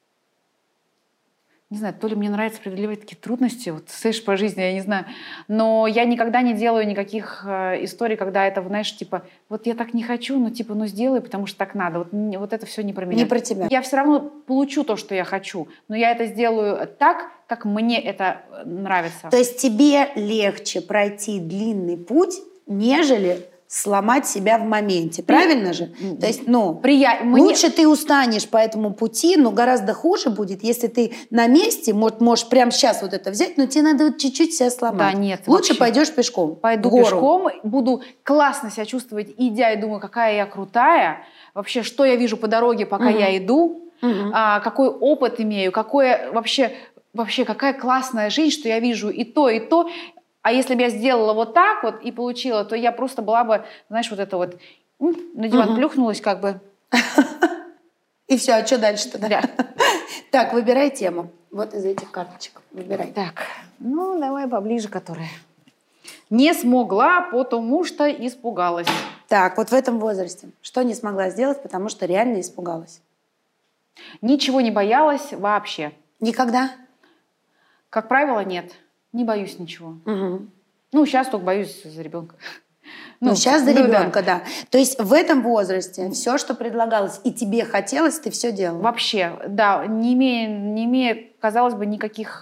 Не знаю, то ли мне нравится преодолевать такие трудности, вот, слышишь, по жизни, я не знаю. Но я никогда не делаю никаких э, историй, когда это, знаешь, типа, вот я так не хочу, но типа, ну сделай, потому что так надо. Вот, вот это все не про меня. Не про тебя. Я все равно получу то, что я хочу, но я это сделаю так, как мне это нравится. То есть тебе легче пройти длинный путь, нежели сломать себя в моменте, правильно же? То есть, ну, Прия... лучше мне... ты устанешь по этому пути, но гораздо хуже будет, если ты на месте, может, можешь прямо сейчас вот это взять, но тебе надо вот чуть-чуть себя сломать. Да, нет, лучше вообще. пойдешь пешком. Пойду в гору. пешком, буду классно себя чувствовать, идя, и думаю, какая я крутая, вообще, что я вижу по дороге, пока Угу. я иду, Угу. а, какой опыт имею, какое вообще, вообще, какая классная жизнь, что я вижу и то, и то. А если бы я сделала вот так вот и получила, то я просто была бы, знаешь, вот это вот, на диван Угу. плюхнулась как бы. И все, а что дальше-то? Да? Да. Так, выбирай тему. Вот из этих карточек. Выбирай. Так, ну давай поближе, которая. Не смогла, потому что испугалась. Так, вот в этом возрасте. Что не смогла сделать, потому что реально испугалась? Ничего не боялась вообще. Никогда? Как правило, нет. Не боюсь ничего. Угу. Ну, сейчас только боюсь за ребенка. Ну, сейчас за ну, ребенка, да. да. То есть в этом возрасте все, что предлагалось, и тебе хотелось, ты все делала? Вообще, да, не имея, не имея, казалось бы, никаких,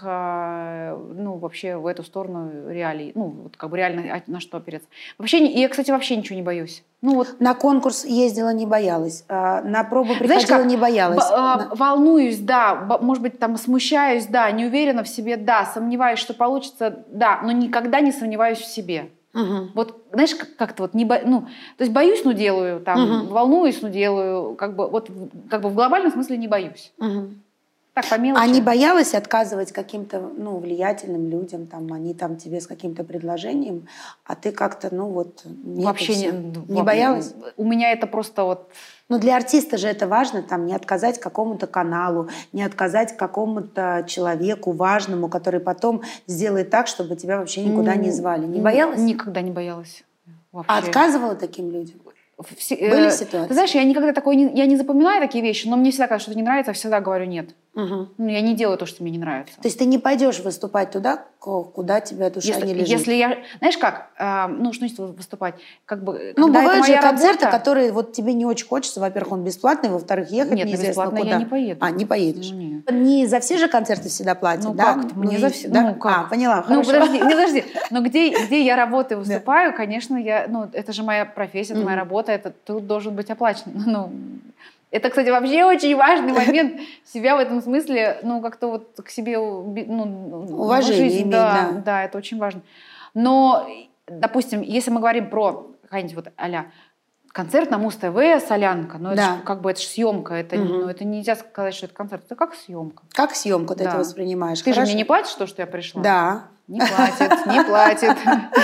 э, ну, вообще в эту сторону реалий, ну, вот как бы реально на что опереться. Вообще, не- я, кстати, вообще ничего не боюсь. Ну, вот. На конкурс ездила, не боялась. а, На пробу Знаешь, приходила, как? не боялась. Б- а, На- Волнуюсь, да, б- может быть, там смущаюсь, да, не уверена в себе, да, сомневаюсь, что получится, да, но никогда не сомневаюсь в себе. Мгм. Вот, знаешь, как- как-то вот не бо... ну, то есть боюсь, но делаю, там, Мгм. волнуюсь, но делаю, как бы вот в- как бы в глобальном смысле не боюсь. Мгм. Так, по мелочи. А не боялась отказывать каким-то, ну, влиятельным людям, там, они там тебе с каким-то предложением, а ты как-то, ну, вот... нет, Вообще и не, всё. Не во- боялась? У меня это просто вот... Ну, для артиста же это важно, там, не отказать какому-то каналу, не отказать какому-то человеку важному, который потом сделает так, чтобы тебя вообще никуда не звали. Не м, боялась? Никогда не боялась. Вообще. А отказывала таким людям? Все- Были э, ситуации? Ты знаешь, я никогда такое не, я не запоминаю такие вещи, но мне всегда, когда что-то не нравится, я всегда говорю нет. Мгм. Ну, я не делаю то, что мне не нравится. То есть ты не пойдешь выступать туда, ко- куда тебя душа Если, не лежит? если я, знаешь как, э, ну что значит выступать, как бы, Ну, когда это бывают же моя концерты, работа- которые вот тебе не очень хочется. Во-первых, он бесплатный, во-вторых, ехать Нет, на неизвестно бесплатно куда. я не поеду. А, не поедешь? Ну, нет. Не за все же концерты всегда платят, Ну да? как-то, Ну, не и- за все, да? ну как? А, поняла, Ну хорошо. подожди, не подожди, но где, где я работаю, выступаю, конечно, я, ну это же моя профессия, это моя Мгм. работа, это тут должен быть оплачен. Ну, это, кстати, вообще очень важный момент себя в этом смысле, ну как-то вот к себе, уби- ну, Уважение жизнь, иметь, да, да. да, это очень важно. Но, допустим, если мы говорим про какая-нибудь вот а-ля концерт на Муз-ТВ, солянка, ну это Да. ж как бы это же съемка, это, Мгм. ну, это нельзя сказать, что это концерт, это как съемка. Как съемку ты Да. это воспринимаешь? Ты же Хорошо? мне не платишь то, что я пришла? Да. Не платит, не платит.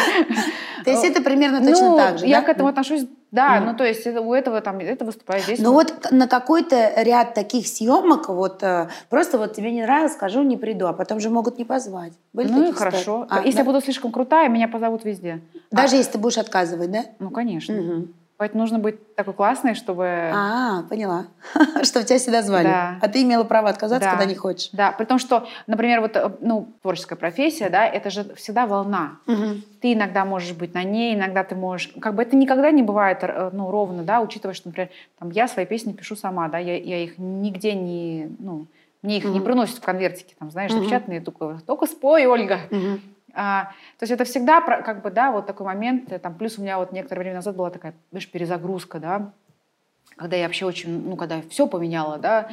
То есть это примерно точно Ну, так же, я да? к этому отношусь, да, Мгм. ну то есть это, у этого там, это выступает здесь. Ну вот на какой-то ряд таких съемок вот э, просто вот тебе не нравилось, скажу, не приду, а потом же могут не позвать. Были Ну и такие ситуации? хорошо. А, Если да? я буду слишком крутая, меня позовут везде. Даже если ты будешь отказывать, да? Ну, конечно. Мгм. Поэтому нужно быть такой классной, чтобы... А, поняла. Что тебя всегда звали. Да. А ты имела право отказаться, Да. когда не хочешь. Да, при том, что, например, вот, э, ну, творческая профессия, да, это же всегда волна. Мгм. Ты иногда можешь быть на ней, иногда ты можешь... Как бы это никогда не бывает, э, ну, ровно, да, учитывая, что, например, там, я свои песни пишу сама, да, я, я их нигде не... Ну, мне их не Мгм. приносят в конвертике, там, знаешь, Мгм. запечатанные, только, только спой, Ольга. Мгм. А, то есть это всегда, про- как бы, да, вот такой момент, э, там, плюс у меня вот некоторое время назад была такая, знаешь, перезагрузка, да, когда я вообще очень, ну, когда я все поменяла, да,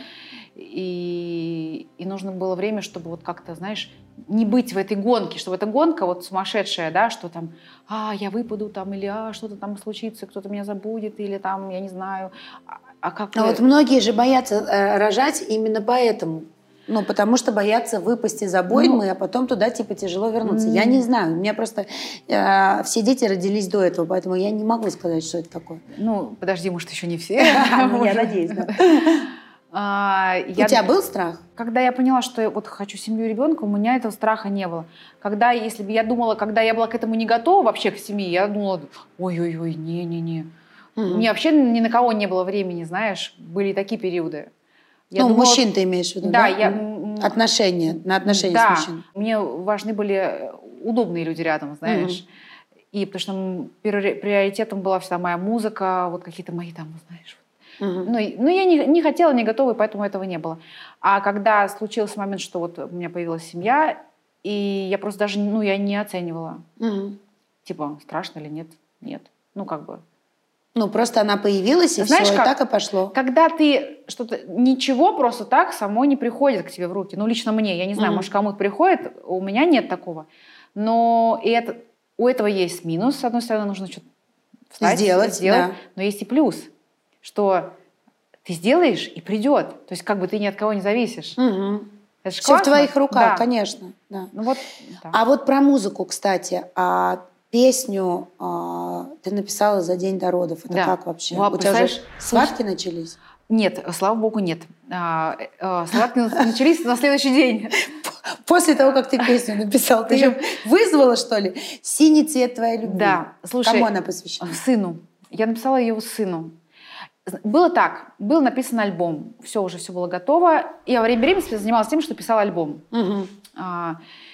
и, и нужно было время, чтобы вот как-то, знаешь, не быть в этой гонке, чтобы эта гонка вот сумасшедшая, да, что там, а, я выпаду там, или а, что-то там случится, кто-то меня забудет, или там, я не знаю, а, а как... А э, вот многие же боятся э, рожать именно поэтому. Ну, потому что боятся выпасть из обоймы, ну, а потом туда, типа, тяжело вернуться. Mm. Я не знаю. У меня просто... Э, все дети родились до этого, поэтому я не могу сказать, что это такое. Ну, подожди, может, еще не все. Я надеюсь, да. У тебя был страх? Когда я поняла, что я вот хочу семью и ребенка, у меня этого страха не было. Когда, если бы я думала, когда я была к этому не готова вообще к семье, я думала, ой-ой-ой, не-не-не. У меня вообще ни на кого не было времени, знаешь. Были такие периоды. Я ну, думала, мужчин ты имеешь в виду, да? Да, я... Отношения, на отношения да, с мужчиной. Мне важны были удобные люди рядом, знаешь. Mm-hmm. И потому что приоритетом была всегда моя музыка, вот какие-то мои там, знаешь. Mm-hmm. Ну, ну, я не, не хотела, не готова, и поэтому этого не было. А когда случился момент, что вот у меня появилась семья, и я просто даже, ну, я не оценивала. Mm-hmm. Типа, страшно или нет? Нет. Ну, как бы... Ну, просто она появилась, и Знаешь, все, как? И так и пошло. Когда ты что-то... Ничего просто так само не приходит к тебе в руки. Ну, лично мне. Я не знаю, mm-hmm. может, кому-то приходит. У меня нет такого. Но и это, у этого есть минус. С одной стороны, нужно что-то встать, сделать. сделать. Да. Но есть и плюс, что ты сделаешь, и придет. То есть как бы ты ни от кого не зависишь. Mm-hmm. Это же все классно. в твоих руках, да. конечно. Да. Ну, вот, да. А вот про музыку, кстати. А песню а, ты написала за день до родов. Это да. как вообще? Во, у тебя же схватки начались? Нет, слава богу, нет. А, а, схватки начались на следующий день. После того, как ты песню написал, ты ее вызвала, что ли? «Синий цвет твоей любви». Да. Слушай, кому она посвящена? Сыну. Я написала ее сыну. Было так. Был написан альбом. Все, уже все было готово. Я во время беременности занималась тем, что писала альбом. Угу. А,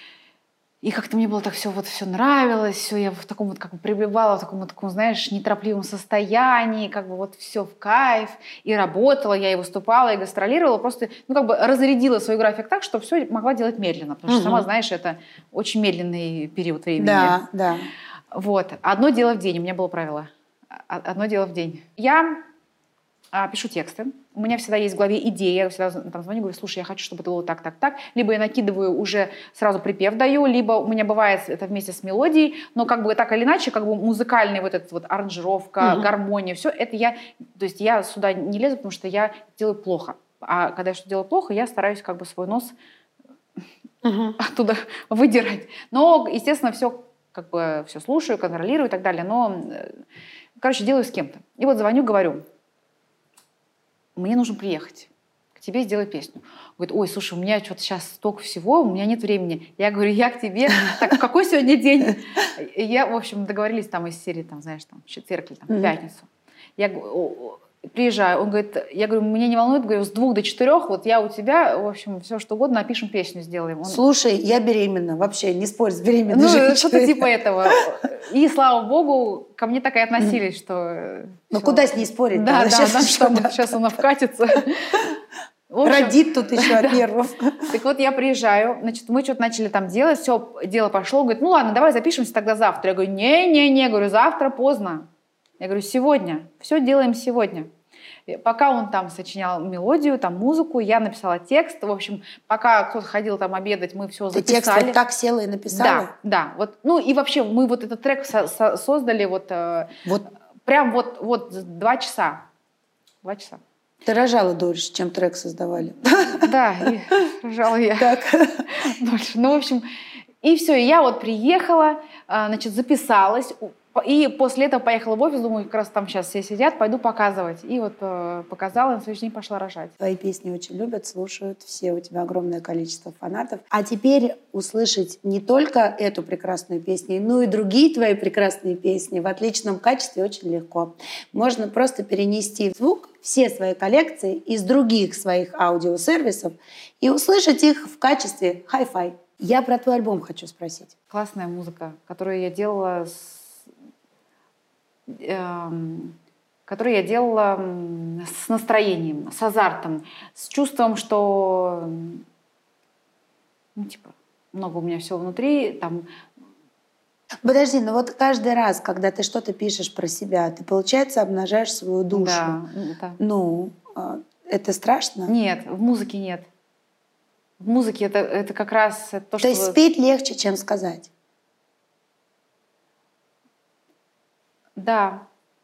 И как-то мне было так все, вот все нравилось, все я в таком вот как бы пребывала в таком вот таком, знаешь, неторопливом состоянии, как бы вот все в кайф, и работала, я и выступала, и гастролировала, просто, ну, как бы разрядила свой график так, что все могла делать медленно, потому что, угу. сама знаешь, это очень медленный период времени. Да, да. Вот. Одно дело в день, у меня было правило. Одно дело в день. Я а, пишу тексты. У меня всегда есть в голове идея. Я всегда там звоню, говорю, слушай, я хочу, чтобы это было так, так, так. Либо я накидываю, уже сразу припев даю, либо у меня бывает это вместе с мелодией, но как бы так или иначе, как бы музыкальный вот этот вот аранжировка, угу. гармония, все это я, то есть я сюда не лезу, потому что я делаю плохо. А когда я что-то делаю плохо, я стараюсь как бы свой нос угу. оттуда выдирать. Но, естественно, все как бы все слушаю, контролирую и так далее, но, короче, делаю с кем-то. И вот звоню, говорю, мне нужно приехать к тебе сделать песню. Говорит, ой, слушай, у меня что-то сейчас столько всего, у меня нет времени. Я говорю, я к тебе. Так, какой сегодня день? Я, в общем, договорились там из серии, там, знаешь, там, в четверг или там, в пятницу. Я приезжаю, он говорит, я говорю, меня не волнует, говорю, с двух до четырех, вот я у тебя, в общем, все что угодно, напишем песню, сделаем. Он... Слушай, я беременна, вообще не спорь с беременной ну, женщиной. Что-то типа этого. И, слава богу, ко мне так и относились, что... Ну, все. Куда с ней спорить? Да, да, сейчас, да, что, да, сейчас она вкатится. Общем, родит тут еще от нервов. Так вот, я приезжаю, значит, мы что-то начали там делать, все, дело пошло. Говорит, ну ладно, давай запишемся тогда завтра. Я говорю, не-не-не, говорю, завтра поздно. Я говорю, сегодня, все делаем сегодня. Пока он там сочинял мелодию, там музыку, я написала текст. В общем, пока кто-то ходил там обедать, мы все записали. Ты текст вот так села и написала? Да, да. Вот, ну и вообще мы вот этот трек со- со- создали вот, вот прям вот, вот два часа. Два часа. Ты рожала дольше, чем трек создавали. Да, и рожала я дольше. Ну, в общем, и все. И я вот приехала, значит, записалась. И после этого поехала в офис, думаю, как раз там сейчас все сидят, пойду показывать. И вот э, показала, и на следующий день пошла рожать. Твои песни очень любят, слушают все, у тебя огромное количество фанатов. А теперь услышать не только эту прекрасную песню, но и другие твои прекрасные песни в отличном качестве очень легко. Можно просто перенести звук, все свои коллекции из других своих аудиосервисов и услышать их в качестве хай-фай. Я про твой альбом хочу спросить. Классная музыка, которую я делала с которую я делала с настроением, с азартом, с чувством, что ну, типа, много у меня всего внутри. Там... Подожди, но вот каждый раз, когда ты что-то пишешь про себя, ты, получается, обнажаешь свою душу. Да, да. Ну, это страшно? Нет, в музыке нет. В музыке это, это как раз то, то что... То есть спеть легче, чем сказать? Да,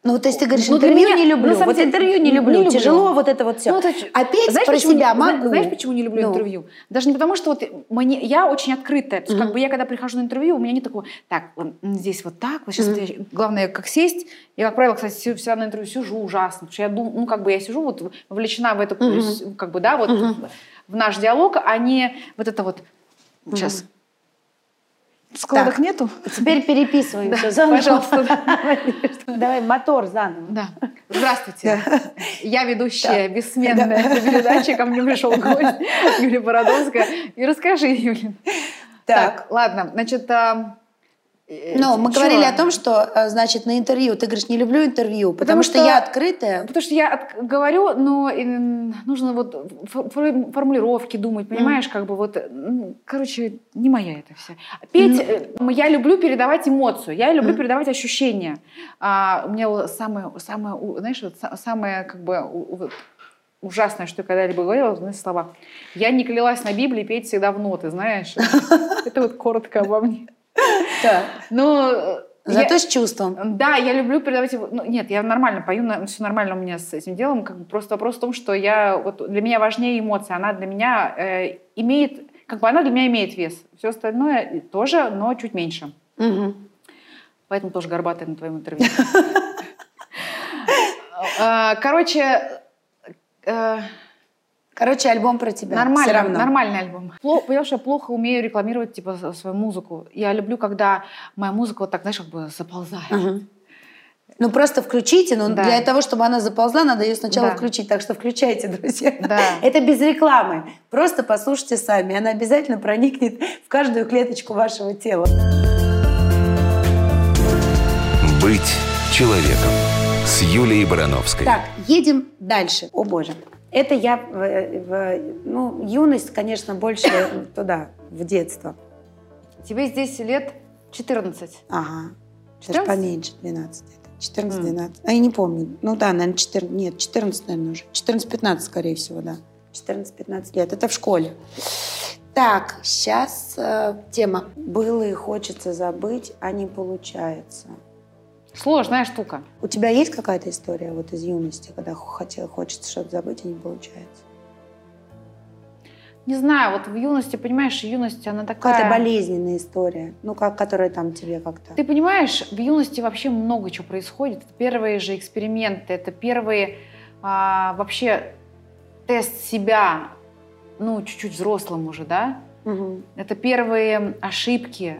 Ну, то есть ты говоришь, Ну, для интервью меня- не люблю, на самом вот деле, интервью не не люблю, люблю. тяжело вот это вот все. Ну, это- А петь Знаешь, про почему не- себя зна- могу. Знаешь, почему не люблю Ну. интервью? Даже не потому, что вот мне, я очень открытая. То есть, как бы я, когда прихожу на интервью, у меня нет такого, так, вот здесь вот так, вот сейчас вот я- главное, как сесть. Я, как правило, кстати, сижу- всегда на интервью сижу ужасно, потому что я думаю, ну, как бы я сижу вот вовлечена в это, как бы, да, вот в наш диалог, а не вот это вот сейчас. Складок Так. нету? Теперь переписываем все заново. Пожалуйста. Давай мотор заново. Да. Здравствуйте. Я ведущая бессменная передачи. Ко мне пришел гость Юлия Бородовская. И расскажи, Юля. Так. Так, ладно. Значит, а, э, Ну, мы чё? говорили о том, что, э, значит, на интервью. Ты говоришь, не люблю интервью, потому, Потому что, что- я открытая. Потому что я от- говорю, но э, нужно вот фо- фо- формулировки думать, понимаешь, как бы вот, м, короче, не моя это вся. Петь, э, я люблю передавать эмоцию, я люблю передавать ощущения. А, у меня вот самое, самое, у- знаешь, вот са- самое как бы у- вот ужасное, что я когда-либо говорила, вот эти слова. Я не клялась на Библии петь всегда в ноты, знаешь. Это вот коротко обо мне. Так. Но Зато я- с чувством. да, я люблю передавать его. Ну, нет, я нормально пою, все нормально у меня с этим делом. Как бы просто вопрос в том, что я вот для меня важнее эмоция. Она для меня э, имеет, как бы она для меня имеет вес. Все остальное тоже, но чуть меньше. Мгм. Поэтому тоже горбатая на твоем интервью. Э, Короче, э, Короче, альбом про тебя. Всё нормально, равно. нормальный альбом. Пло- Понимаешь, я плохо умею рекламировать типа с- свою музыку. Я люблю, когда моя музыка вот так, знаешь, как бы заползает. Мгм. Ну, просто включите, но Да. для того, чтобы она заползла, надо ее сначала Да. включить. Так что включайте, друзья. Да. Это без рекламы. Просто послушайте сами. Она обязательно проникнет в каждую клеточку вашего тела. Быть человеком с Юлией Барановской. Так, едем дальше. О, боже. Это я, в, в- ну, юность, конечно, больше туда, в детство. Тебе здесь лет четырнадцать. Ага. Даже четырнадцать? поменьше, двенадцать. четырнадцать-двенадцать. А я не помню. Ну да, наверное, четырнадцать. Нет, четырнадцать, наверное, уже. четырнадцать-пятнадцать, скорее всего, да. четырнадцать-пятнадцать лет. Это в школе. Так, сейчас э, тема. Было и хочется забыть, а не получается. Сложная штука. У тебя есть какая-то история вот из юности, когда хотел, хочется что-то забыть, а не получается? Не знаю, вот в юности, понимаешь, юность, она такая... Какая-то болезненная история, ну, как, которая там тебе как-то... Ты понимаешь, в юности вообще много чего происходит. Это первые же эксперименты, это первые а, вообще тест себя, ну, чуть-чуть взрослым уже, да? Мгм. Это первые ошибки.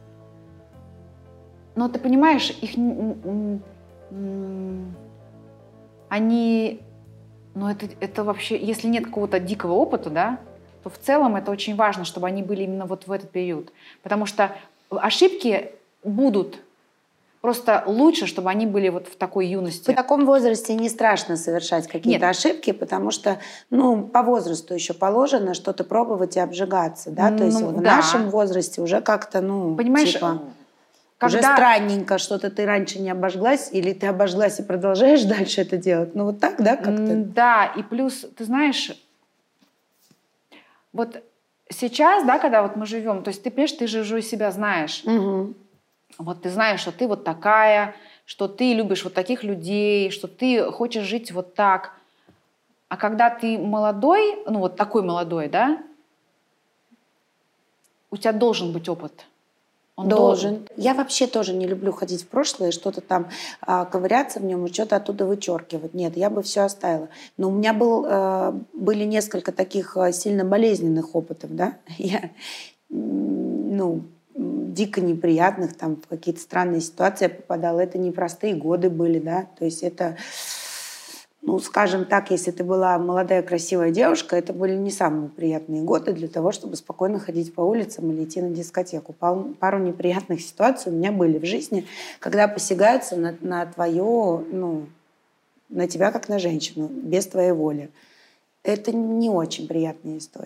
Но ты понимаешь, их... н- н- н- Они... Ну, это, это вообще... Если нет какого-то дикого опыта, да, то в целом это очень важно, чтобы они были именно вот в этот период. Потому что ошибки будут. Просто лучше, чтобы они были вот в такой юности. В таком возрасте не страшно совершать какие-то Нет. ошибки, потому что, ну, по возрасту еще положено что-то пробовать и обжигаться, да? То есть Ну, в да. нашем возрасте уже как-то, ну, Понимаешь, типа, уже когда... странненько, что-то ты раньше не обожглась, или ты обожглась и продолжаешь дальше это делать. Ну, вот так, да, как-то? М, Да, и плюс, ты знаешь, вот сейчас, да, когда вот мы живем, то есть ты, понимаешь, ты же уже себя знаешь. Мгм. Вот ты знаешь, что ты вот такая, что ты любишь вот таких людей, что ты хочешь жить вот так. А когда ты молодой, ну вот такой молодой, да, у тебя должен быть опыт. Он Должен. Я вообще тоже не люблю ходить в прошлое, что-то там а, ковыряться в нем и что-то оттуда вычеркивать. Нет, я бы все оставила. Но у меня был, а, были несколько таких а, сильно болезненных опытов, да. Я, м, ну, м, дико неприятных, там в какие-то странные ситуации я попадала. Это непростые годы были, да. То есть это, ну, скажем так, если ты была молодая красивая девушка, это были не самые приятные годы для того, чтобы спокойно ходить по улицам или идти на дискотеку. Пару, пару неприятных ситуаций у меня были в жизни, когда посягаются на, на твое, ну, на тебя как на женщину, без твоей воли. Это не очень приятная история.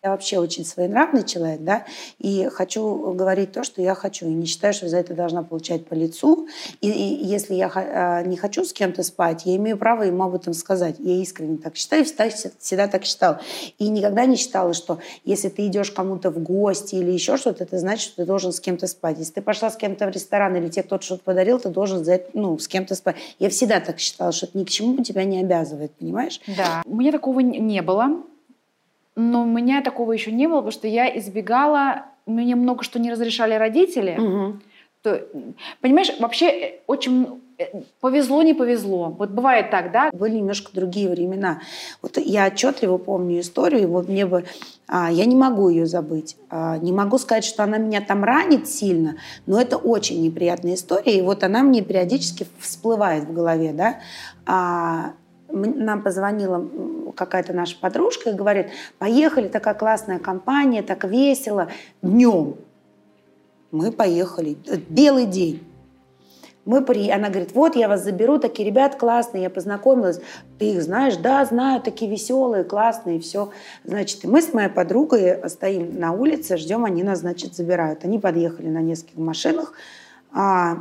Я вообще очень своенравный человек, да, и хочу говорить то, что я хочу, и не считаю, что за это должна получать по лицу. И, и если я э, не хочу с кем-то спать, я имею право ему об этом сказать. Я искренне так считаю, всегда, всегда так считала. И никогда не считала, что если ты идешь кому-то в гости или еще что-то, это значит, что ты должен с кем-то спать. Если ты пошла с кем-то в ресторан или тебе кто-то что-то подарил, ты должен за это, ну, с кем-то спать. Я всегда так считала, что это ни к чему тебя не обязывает, понимаешь? Да. У меня такого не было. Но у меня такого еще не было, потому что я избегала, мне много что не разрешали родители. Угу. То, понимаешь, вообще очень повезло, не повезло. Вот бывает так, да? Были немножко другие времена. Вот я отчетливо помню историю, вот мне бы, а, я не могу ее забыть. А, не могу сказать, что она меня там ранит сильно, но это очень неприятная история, и вот она мне периодически всплывает в голове, да. А, нам позвонила какая-то наша подружка и говорит: поехали, такая классная компания, так весело. Днем. Мы поехали. Белый день. Мы при... Она говорит: вот, я вас заберу, такие ребят классные, я познакомилась. Ты их знаешь? Да, знаю, такие веселые, классные, все. Значит, и мы с моей подругой стоим на улице, ждем, они нас, значит, забирают. Они подъехали на нескольких машинах. А...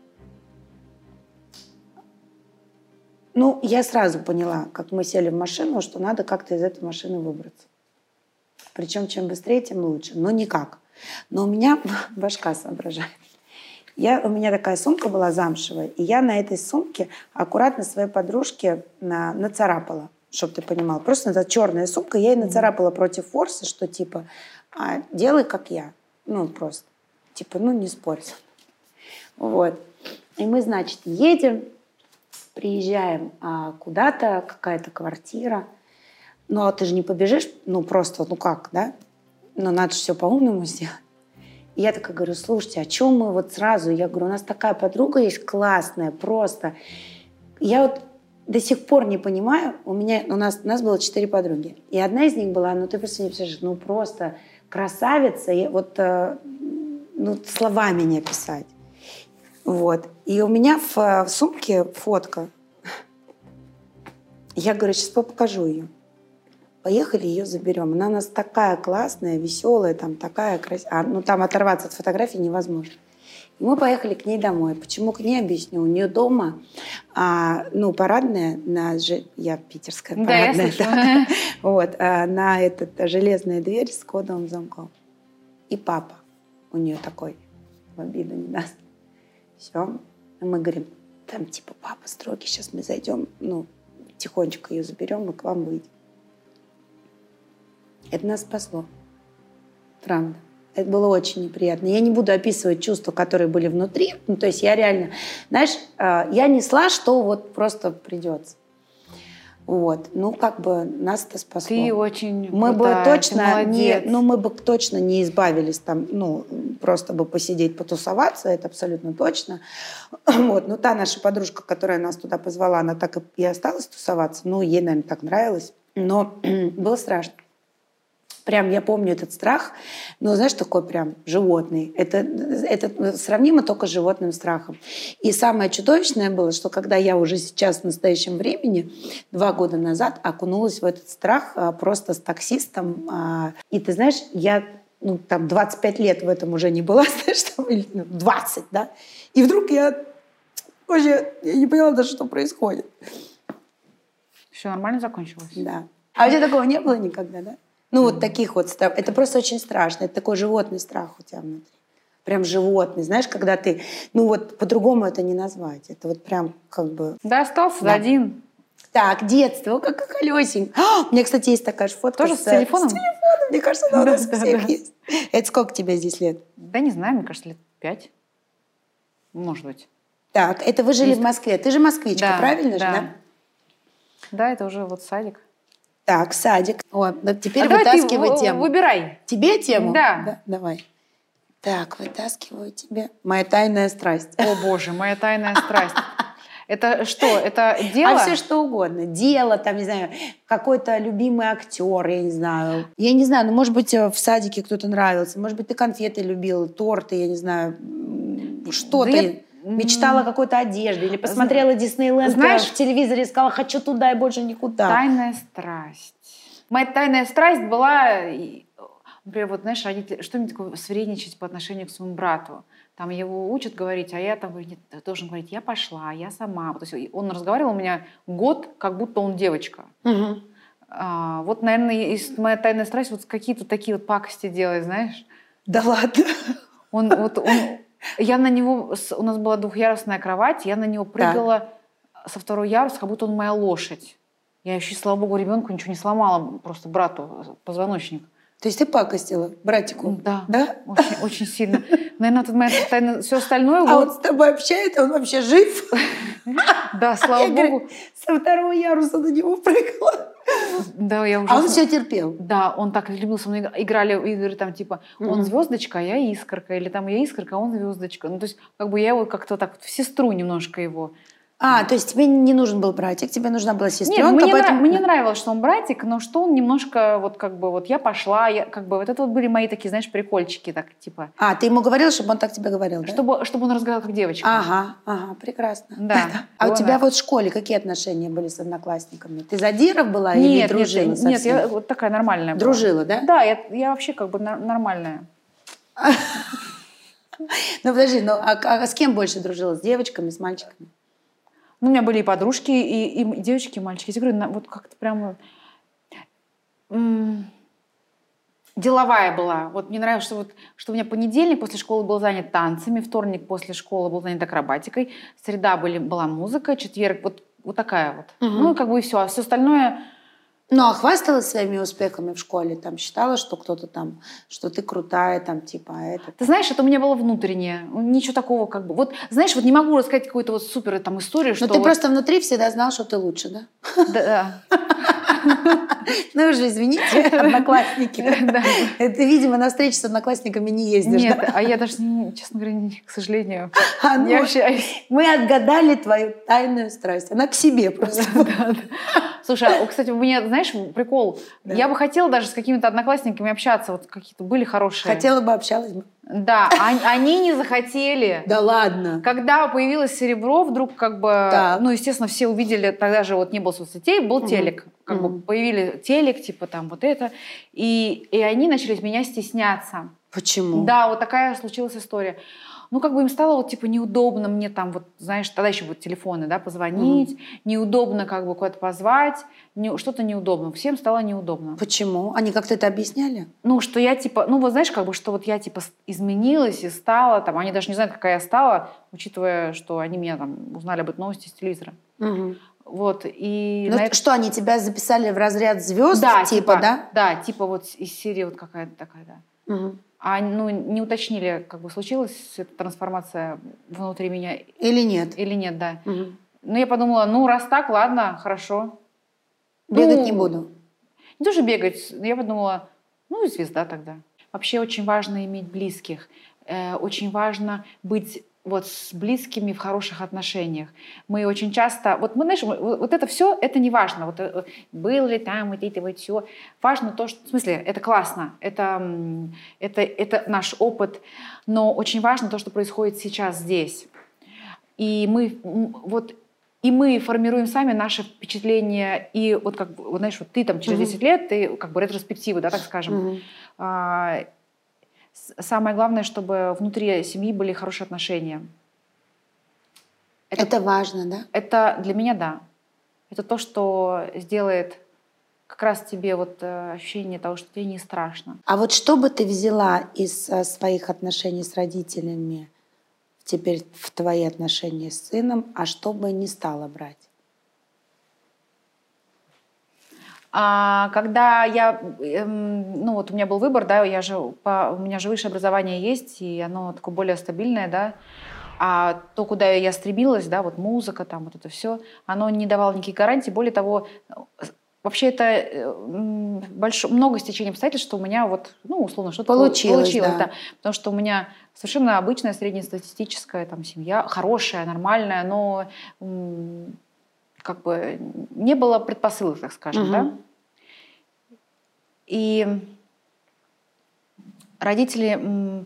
Ну, я сразу поняла, как мы сели в машину, что надо как-то из этой машины выбраться. Причем чем быстрее, тем лучше. Но никак. Но у меня башка соображает. Я, у меня такая сумка была замшевая, и я на этой сумке аккуратно своей подружке на, нацарапала, чтобы ты понимал. Просто это черная сумка, я ей нацарапала против форса, что типа а, делай как я. Ну, просто. Типа, ну, не спорь. Вот. И мы, значит, едем, приезжаем а, куда-то, какая-то квартира. Ну, а ты же не побежишь, ну, просто, ну как, да? Ну, надо же все по-умному сделать. И я такая говорю: слушайте, а чем мы вот сразу? Я говорю: у нас такая подруга есть классная, просто. Я вот до сих пор не понимаю, у меня, у нас, у нас было четыре подруги. И одна из них была, ну, ты просто не представляешь, ну, просто красавица, и вот, ну, словами не описать. Вот. И у меня в, в сумке фотка. Я говорю: сейчас покажу ее. Поехали, ее заберем. Она у нас такая классная, веселая, там такая красивая. А, ну, там оторваться от фотографий невозможно. И мы поехали к ней домой. Почему к ней, объясню. У нее дома, а, ну, парадная, на, я питерская парадная. Да, я слышала. Да, вот, а, на этот, железная дверь с кодовым замком. И папа у нее такой, в обиду не даст. Все. И мы говорим: там типа папа строгий, сейчас мы зайдем, ну, тихонечко ее заберем и к вам выйдем. Это нас спасло. Правда. Это было очень неприятно. Я не буду описывать чувства, которые были внутри. Ну, то есть я реально, знаешь, я несла, что вот просто придется. Вот. Ну, как бы нас это спасло. Ты очень мы крутая, бы точно ты не, ну, мы бы точно не избавились там, ну, просто бы посидеть, потусоваться, это абсолютно точно. Вот. Но та наша подружка, которая нас туда позвала, она так и осталась тусоваться. Ну, ей, наверное, так нравилось. Но было страшно. Прям я помню этот страх, но, знаешь, такой прям животный. Это, это сравнимо только с животным страхом. И самое чудовищное было, что когда я уже сейчас в настоящем времени, два года назад, окунулась в этот страх а, просто с таксистом. А, и ты знаешь, я ну, там двадцать пять лет в этом уже не была, знаешь, там, или двадцать, да? И вдруг я вообще я не поняла даже, что происходит. Все нормально закончилось? Да. А у тебя такого не было никогда, да? Ну, вот таких вот страхов. Это просто очень страшно. Это такой животный страх у тебя внутри. Прям животный. Знаешь, когда ты... Ну, вот по-другому это не назвать. Это вот прям как бы... Да, остался да. один. Так, детство. О, как колесенько. А, у меня, кстати, есть такая же фотка. Тоже с, с телефоном? С телефоном. Мне кажется, она у нас да, у всех да. есть. Это сколько тебе здесь лет? Да не знаю, мне кажется, лет пять. Может быть. Так, это вы жили есть. в Москве. Ты же москвичка, да, правильно да. же, да? Да, это уже вот садик. Так, садик. О, теперь а вытаскивай ты тему. Выбирай. Тебе тему? Да. да. Давай. Так, вытаскиваю тебе. Моя тайная страсть. О, боже, моя тайная страсть. Это что? Это дело? А все что угодно. Дело, там, не знаю, какой-то любимый актер, я не знаю. Я не знаю, ну, может быть, в садике кто-то нравился. Может быть, ты конфеты любила, торты, я не знаю, что-то. Да я... Мечтала о какой-то одежде или посмотрела Диснейленд в телевизоре и сказала: хочу туда и больше никуда. Тайная страсть. Моя тайная страсть была например, вот, знаешь, родители, что-нибудь такое свирепничать по отношению к своему брату. Там его учат говорить, а я там говорю, нет, должен говорить, я пошла, я сама. То есть он разговаривал у меня год, как будто он девочка. Угу. А, вот, наверное, моя тайная страсть вот какие-то такие вот пакости делать, знаешь. Да ладно. Он, вот, он, я на него, у нас была двухъярусная кровать, я на него прыгала со второго яруса, как будто он моя лошадь. Я еще, слава богу, ребенку ничего не сломала, просто брату позвоночник. То есть ты пакостила братику? Да, да? Очень, очень сильно. Наверное, тут моя тайна, все остальное... А вот... он с тобой общается, он вообще жив? Да, слава богу. Со второго яруса на него прыгала. Да, я уже... А он все терпел? Да, он так любил со мной. Играли в игры, там, типа, он звездочка, а я искорка. Или там я искорка, а он звездочка. Ну, то есть, как бы я его как-то так в сестру немножко его... А, то есть тебе не нужен был братик, тебе нужна была сестренка. Нет, мне, поэтому... нрав... мне нравилось, что он братик, но что он немножко, вот как бы, вот я пошла, я, как бы, вот это вот были мои такие, знаешь, прикольчики, так, типа. А, ты ему говорила, чтобы он так тебе говорил, да? Чтобы, чтобы он разговаривал как девочка. Ага, ага, прекрасно. Да. А у Он- тебя вот в школе какие отношения были с одноклассниками? Ты задиров была или Нет, дружила нет, со нет, всеми? я вот такая нормальная была. Дружила, да? Да, я, я вообще как бы нар- нормальная. Ну подожди, ну а, а с кем больше дружила? С девочками, с мальчиками? Ну, у меня были и подружки, и, и девочки, и мальчики. Я говорю, на- вот как-то прям м, деловая была. Вот мне нравилось, что, вот, что у меня понедельник после школы был занят танцами, вторник после школы был занят акробатикой, среда были, была музыка, четверг вот, вот такая вот. Ну, и как бы и все. А все остальное... Ну, а хвасталась своими успехами в школе? Там считала, что кто-то там, что ты крутая, там, типа, а это... Ты знаешь, это у меня было внутреннее. Ничего такого как бы... Вот, знаешь, вот не могу рассказать какую-то вот супер там историю, что... Но ты вот- просто внутри всегда знал, что ты лучше, да? Да, Ну уже, извините, одноклассники. да. Ты, видимо, на встречи с одноклассниками не ездишь, Нет, да? а я даже, не- честно говоря, не- к сожалению, А, ну, не общаюсь. мы отгадали твою тайную страсть. Она к себе просто. Да, да. Слушай, а, кстати, у меня, знаешь, прикол. Да. Я бы хотела даже с какими-то одноклассниками общаться. Вот какие-то были хорошие. Хотела бы, общалась бы. Да, они, они не захотели. Да ладно. Когда появилось серебро, вдруг как бы, Так. ну, естественно, все увидели, тогда же вот не было соцсетей, был телек. Как бы появили телек, типа там вот это. И, и они начали меня стесняться. Почему? Да, вот такая случилась история. Ну, как бы им стало вот, типа, неудобно мне там, вот, знаешь, тогда еще вот телефоны, да, позвонить, неудобно как бы куда-то позвать, не- что-то неудобно. Всем стало неудобно. Почему? Они как-то это объясняли? Ну, что я, типа, ну, вот знаешь, как бы, что вот я, типа, с- изменилась и стала, там, они даже не знают, какая я стала, учитывая, что они меня там узнали об этой новости с телевизора. Мгм. Вот, и... Ну, на это- что, они тебя записали в разряд звезд, Да, типа, да? Да, типа вот из серии вот какая-то такая, да. Мгм. А ну, не уточнили, как бы случилась эта трансформация внутри меня Или нет? или нет, да. Мгм. Ну, я подумала, ну, раз так, ладно, хорошо. Бегать Ну, не буду. Не то, что бегать, но я подумала, ну, и звезда тогда. Вообще очень важно иметь близких. Э, очень важно быть вот с близкими в хороших отношениях. Мы очень часто... Вот мы, знаешь, мы- вот это все, это не важно. Вот, э, было ли там, вот это вот все. Важно то, что... В смысле, это классно, это, м, это, это наш опыт, но очень важно то, что происходит сейчас здесь. И мы м, вот и мы формируем сами наши впечатления. И вот как бы, вот, знаешь, вот ты там через Мгм. десять лет, ты как бы ретроспективы, да, так скажем. Мгм. А, с- самое главное, чтобы внутри семьи были хорошие отношения. Это... Это- важно, да? Это для меня, да. Это то, что сделает как раз тебе вот э, ощущение того, что тебе не страшно. А вот что бы ты взяла из э, своих отношений с родителями теперь в твои отношения с сыном, а что бы не стала брать? А когда я, эм, ну вот у меня был выбор, да, я же, по- у меня же высшее образование есть, и оно такое более стабильное, да, а то, куда я стремилась, да, вот музыка, там вот это все, оно не давало никаких гарантий, более того, с- вообще это э, м, больш- много стечений обстоятельств, что у меня вот, ну, условно, что-то Получилось, получилось, да. да, потому что у меня совершенно обычная среднестатистическая там семья, хорошая, нормальная, но м, как бы не было предпосылок, так скажем, Мгм. да. И родители м,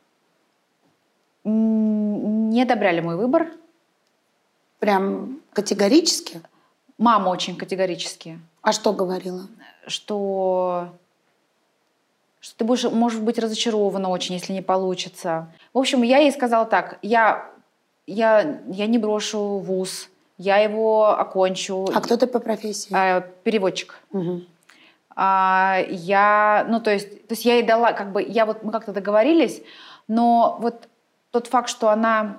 м, не одобряли мой выбор. Прям категорически? Мама очень категорически, А что говорила? что, что ты будешь, можешь быть разочарована очень, если не получится. В общем, я ей сказала так, я, я, я не брошу вуз, я его окончу. А кто ты по профессии? А, переводчик. Угу. А, я, ну, то есть, то есть я ей дала, как бы, я вот, мы как-то договорились, но вот тот факт, что она,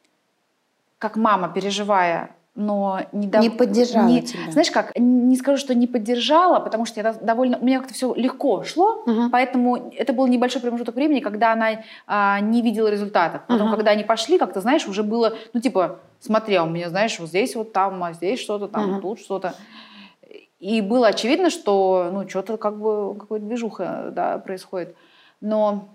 как мама, переживая, но не, дав... не поддержала не, тебя. Знаешь как, не скажу, что не поддержала, потому что я довольно, у меня как-то все легко шло, угу. поэтому это был небольшой промежуток времени, когда она а, не видела результатов. Потом, угу. когда они пошли, как-то, знаешь, уже было, ну, типа, смотри, у меня, знаешь, вот здесь вот там, а здесь что-то, там, угу. тут что-то. И было очевидно, что, ну, что-то как бы, какая-то движуха, да, происходит. Но...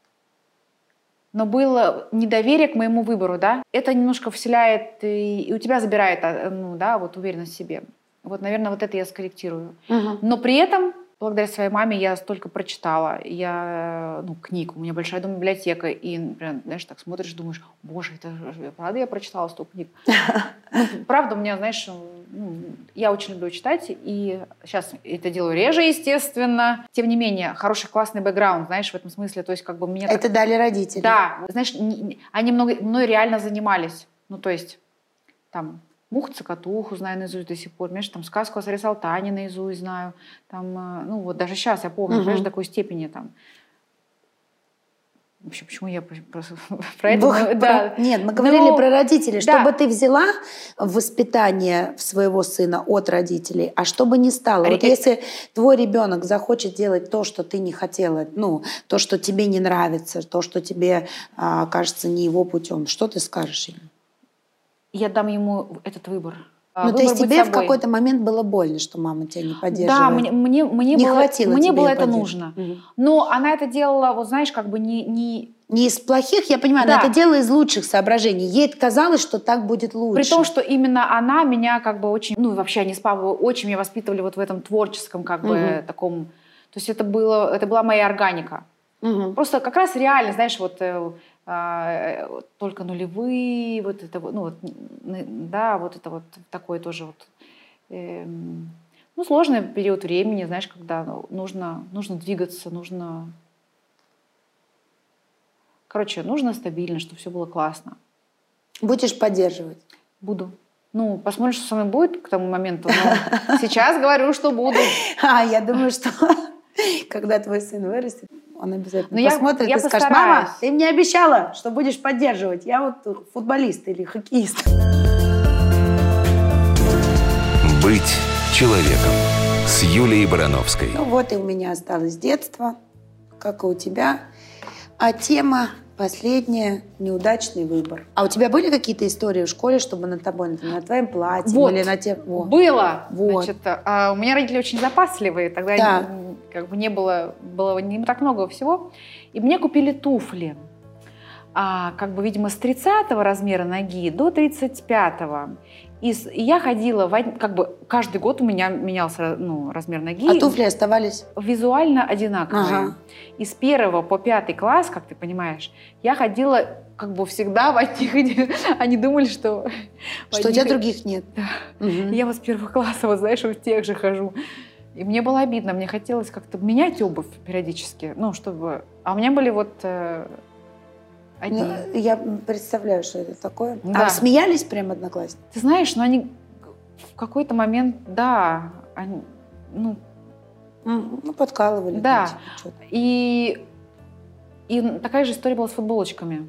Но было недоверие к моему выбору, да. Это немножко вселяет и, и у тебя забирает, ну, да, вот уверенность в себе. Вот, наверное, вот это я скорректирую. Угу. Но при этом, благодаря своей маме, я столько прочитала. Я, ну, книг, у меня большая дома библиотека. И, например, знаешь, так смотришь, думаешь, боже, это правда я прочитала столько книг? Ну, правда, у меня, знаешь, ну, я очень люблю читать, и сейчас это делаю реже, естественно. Тем не менее, хороший, классный бэкграунд, знаешь, в этом смысле. То есть, как бы мне... Это так... дали родители? Да. Знаешь, не, они много, мной реально занимались. Ну, то есть, там, Муху-цокотуху знаю наизусть до сих пор, понимаешь, там, сказку о царе Салтане наизусть знаю. Там, ну, вот даже сейчас я помню, угу. понимаешь, до такой степени, там... Вообще, почему я про, про, про это? Бог, ну, про... Да. Нет, мы говорили ну, про родителей. Да. Чтобы ты взяла воспитание своего сына от родителей, а чтобы не стало. Вот если твой ребенок захочет делать то, что ты не хотела, ну, то, что тебе не нравится, то, что тебе а, кажется не его путем, что ты скажешь ему? Я дам ему этот выбор. Ну, выбор то есть тебе собой. в какой-то момент было больно, что мама тебя не поддерживает? Да, мне, мне, мне не было, хватило мне тебе было это поддержки. нужно. Угу. Но она это делала, вот знаешь, как бы не... Не, не из плохих, я понимаю, да. но это делала из лучших соображений. Ей казалось, что так будет лучше. При том, что именно она меня как бы очень... Ну, вообще они с папой очень меня воспитывали вот в этом творческом как бы угу. таком... То есть это, было, это была моя органика. Угу. Просто как раз реально, знаешь, вот... А, только нулевые, вот это вот, ну вот, да, вот это вот такой тоже вот, э, ну, сложный период времени, знаешь, когда нужно, нужно двигаться, нужно, короче, нужно стабильно, чтобы все было классно. Будешь поддерживать? Буду. Ну, посмотрим, что со мной будет к тому моменту, но сейчас говорю, что буду. А, я думаю, что когда твой сын вырастет, он обязательно Но посмотрит я, и я скажет: мама, ты мне обещала, что будешь поддерживать. Я вот футболист или хоккеист. Быть человеком с Юлией Барановской. Ну вот и у меня осталось детство, как и у тебя. А тема последняя – неудачный выбор. А у тебя были какие-то истории в школе, чтобы над тобой, например, на твоем платье вот. или на тем... Вот. Было. Вот. Значит, а у меня родители очень запасливые, тогда да. не, как бы не было, было не так много всего. И мне купили туфли. А, как бы, видимо, с тридцатого размера ноги до тридцать пятого. И, и я ходила, в, как бы, каждый год у меня менялся, ну, размер ноги. А туфли оставались? Визуально одинаковые. Ага. И с первого по пятый класс, как ты понимаешь, я ходила как бы всегда в одних. Они думали, что... Что у тебя других нет. Да. Угу. Я вот с первого класса, вот знаешь, в тех же хожу. И мне было обидно, мне хотелось как-то менять обувь периодически, ну, чтобы... А у меня были вот... Одни. Ну, я представляю, что это такое. Да. А смеялись прям одноклассники? Ты знаешь, ну они в какой-то момент, да, они, ну... Ну, подкалывали. Да. Там, и, и такая же история была с футболочками.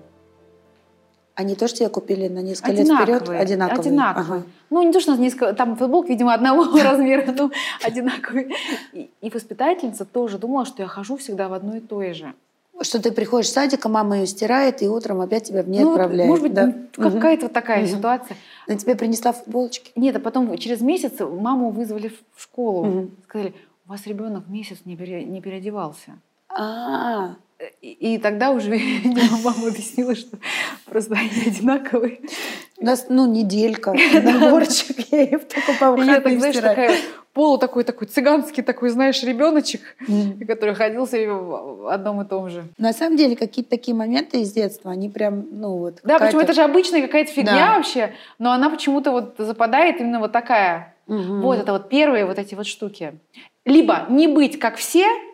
Они тоже тебе купили на несколько одинаковые, лет вперед? Одинаковые. Одинаковые. Ага. Ну, не то, что у нас несколько... Там футболки, видимо, одного размера, но одинаковые. И, и воспитательница тоже думала, что я хожу всегда в одной и той же. Что ты приходишь в садик, а мама ее стирает, и утром опять тебя в ней ну, отправляет. Может быть, да. какая-то вот такая угу. ситуация. Она тебе принесла футболочки? Нет, а потом через месяц маму вызвали в школу. Угу. Сказали: у вас ребенок месяц не, пере, не переодевался. А-а-а. И, и тогда уже, видимо, мама объяснила, что просто они одинаковые. У нас, ну, неделька, наборчик, я ее только по выходным знаешь, стираю. такая, полу такой, такой цыганский такой, знаешь, ребеночек, mm. который ходил все время в одном и том же. На самом деле, какие-то такие моменты из детства, они прям, ну вот... Да, почему это же обычная какая-то фигня да. вообще, но она почему-то вот западает именно вот такая. Угу. Вот это вот первые вот эти вот штуки. Либо не быть как все,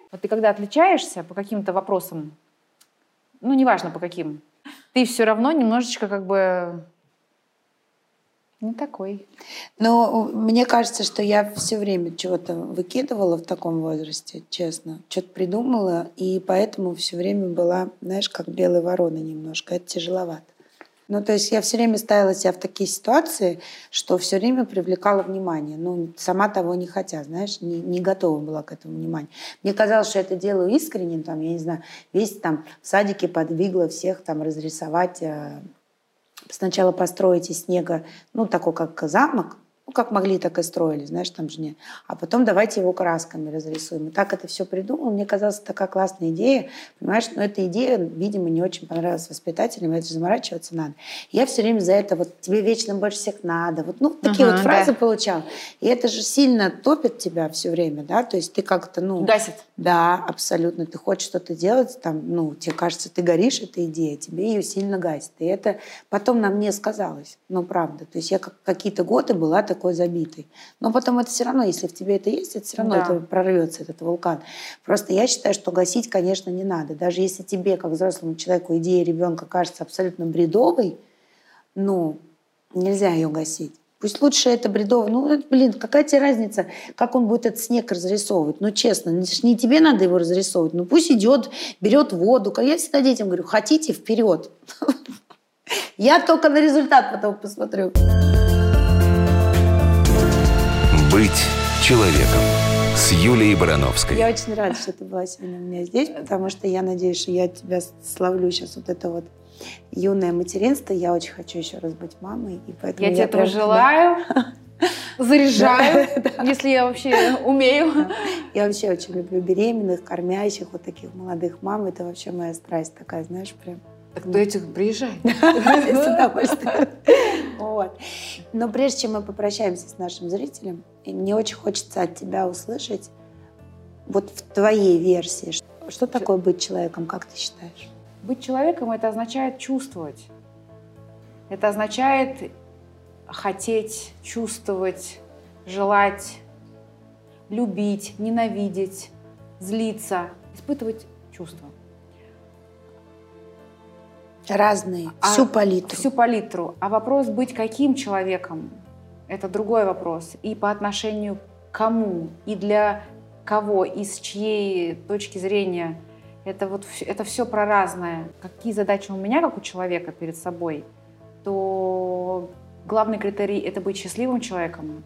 Вот ты когда отличаешься по каким-то вопросам, ну, неважно по каким, ты все равно немножечко как бы не такой. Но мне кажется, что я все время чего-то выкидывала в таком возрасте, честно. Что-то придумала, и поэтому все время была, знаешь, как белая ворона немножко. Это тяжеловато. Ну, то есть я все время ставила себя в такие ситуации, что все время привлекала внимание. Ну, сама того не хотя, знаешь, не, не готова была к этому вниманию. Мне казалось, что я это делаю искренне, там, я не знаю, весь там в садике подвигла всех там разрисовать, сначала построить из снега, ну, такой как замок, ну, как могли, так и строили, знаешь, там же не. А потом давайте его красками разрисуем. И так это все придумал. Мне казалось, такая классная идея, понимаешь, но эта идея, видимо, не очень понравилась воспитателям, это же заморачиваться надо. И я все время за это, вот тебе вечно больше всех надо, вот, ну, такие uh-huh, вот фразы да. получала. И это же сильно топит тебя все время, да, то есть ты как-то, ну... Гасит. Да, абсолютно. Ты хочешь что-то делать, там, ну, тебе кажется, ты горишь этой идеей, тебе ее сильно гасит. И это потом на мне сказалось, ну, правда. То есть я как, какие-то годы была такой забитой. Но потом это все равно, если в тебе это есть, это все равно да. это прорвется, этот вулкан. Просто я считаю, что гасить, конечно, не надо. Даже если тебе, как взрослому человеку, идея ребенка кажется абсолютно бредовой, ну, нельзя ее гасить. Пусть лучше это бредово. Ну, блин, какая тебе разница, как он будет этот снег разрисовывать? Ну, честно, не тебе надо его разрисовывать. Ну, пусть идет, берет воду. Я всегда детям говорю, хотите, вперед. Я только на результат потом посмотрю. Быть человеком с Юлией Барановской. Я очень рада, что ты была сегодня у меня здесь, потому что я надеюсь, что я тебя словлю сейчас вот это вот юное материнство. Я очень хочу еще раз быть мамой. И поэтому я, я тебе этого желаю, заряжаю, если я вообще умею. Я вообще очень люблю беременных, кормящих, вот таких молодых мам. Это вообще моя страсть такая, знаешь, прям. Так до этих приезжай. С удовольствием. Вот. Но прежде чем мы попрощаемся с нашим зрителем, мне очень хочется от тебя услышать вот в твоей версии, что, что такое быть человеком, как ты считаешь? Быть человеком — это означает чувствовать. Это означает хотеть, чувствовать, желать, любить, ненавидеть, злиться, испытывать чувства. Разные, а всю палитру. Всю палитру. А вопрос быть каким человеком — это другой вопрос. И по отношению к кому, и для кого, и с чьей точки зрения. Это, вот, это все про разное. Какие задачи у меня, как у человека, перед собой, то главный критерий — это быть счастливым человеком.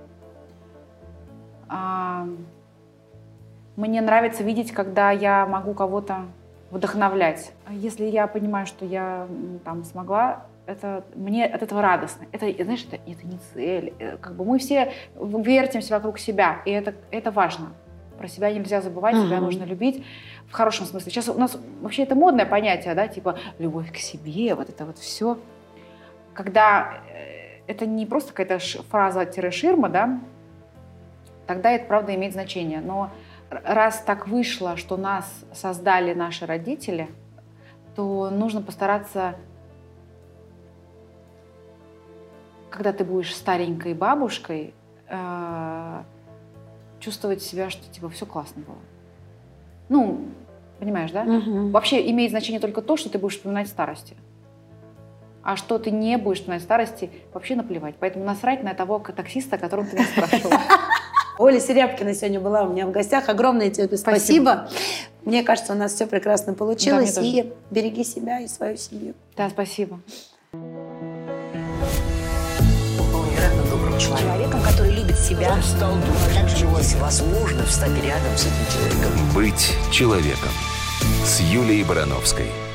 А мне нравится видеть, когда я могу кого-то вдохновлять. Если я понимаю, что я там смогла, это, мне от этого радостно. Это, знаешь, это, это не цель. Как бы мы все вертимся вокруг себя, и это, это важно. Про себя нельзя забывать, uh-huh. себя нужно любить в хорошем смысле. Сейчас у нас вообще это модное понятие, да, типа любовь к себе, вот это вот все. Когда это не просто какая-то фраза-ширма, да, тогда это правда имеет значение. Но раз так вышло, что нас создали наши родители, то нужно постараться, когда ты будешь старенькой бабушкой, э- чувствовать себя, что типа все классно было. Ну, понимаешь, да? Угу. Вообще имеет значение только то, что ты будешь вспоминать старости. А что ты не будешь вспоминать старости, вообще наплевать. Поэтому насрать на того таксиста, о котором ты меня спрашивала. Оля Серябкина сегодня была у меня в гостях. Огромное тебе спасибо. спасибо. Мне кажется, у нас все прекрасно получилось. Да, и береги себя и свою семью. Да, спасибо. Человеком, который любит себя, также есть возможность встать рядом с этим человеком. Быть человеком с Юлией Барановской.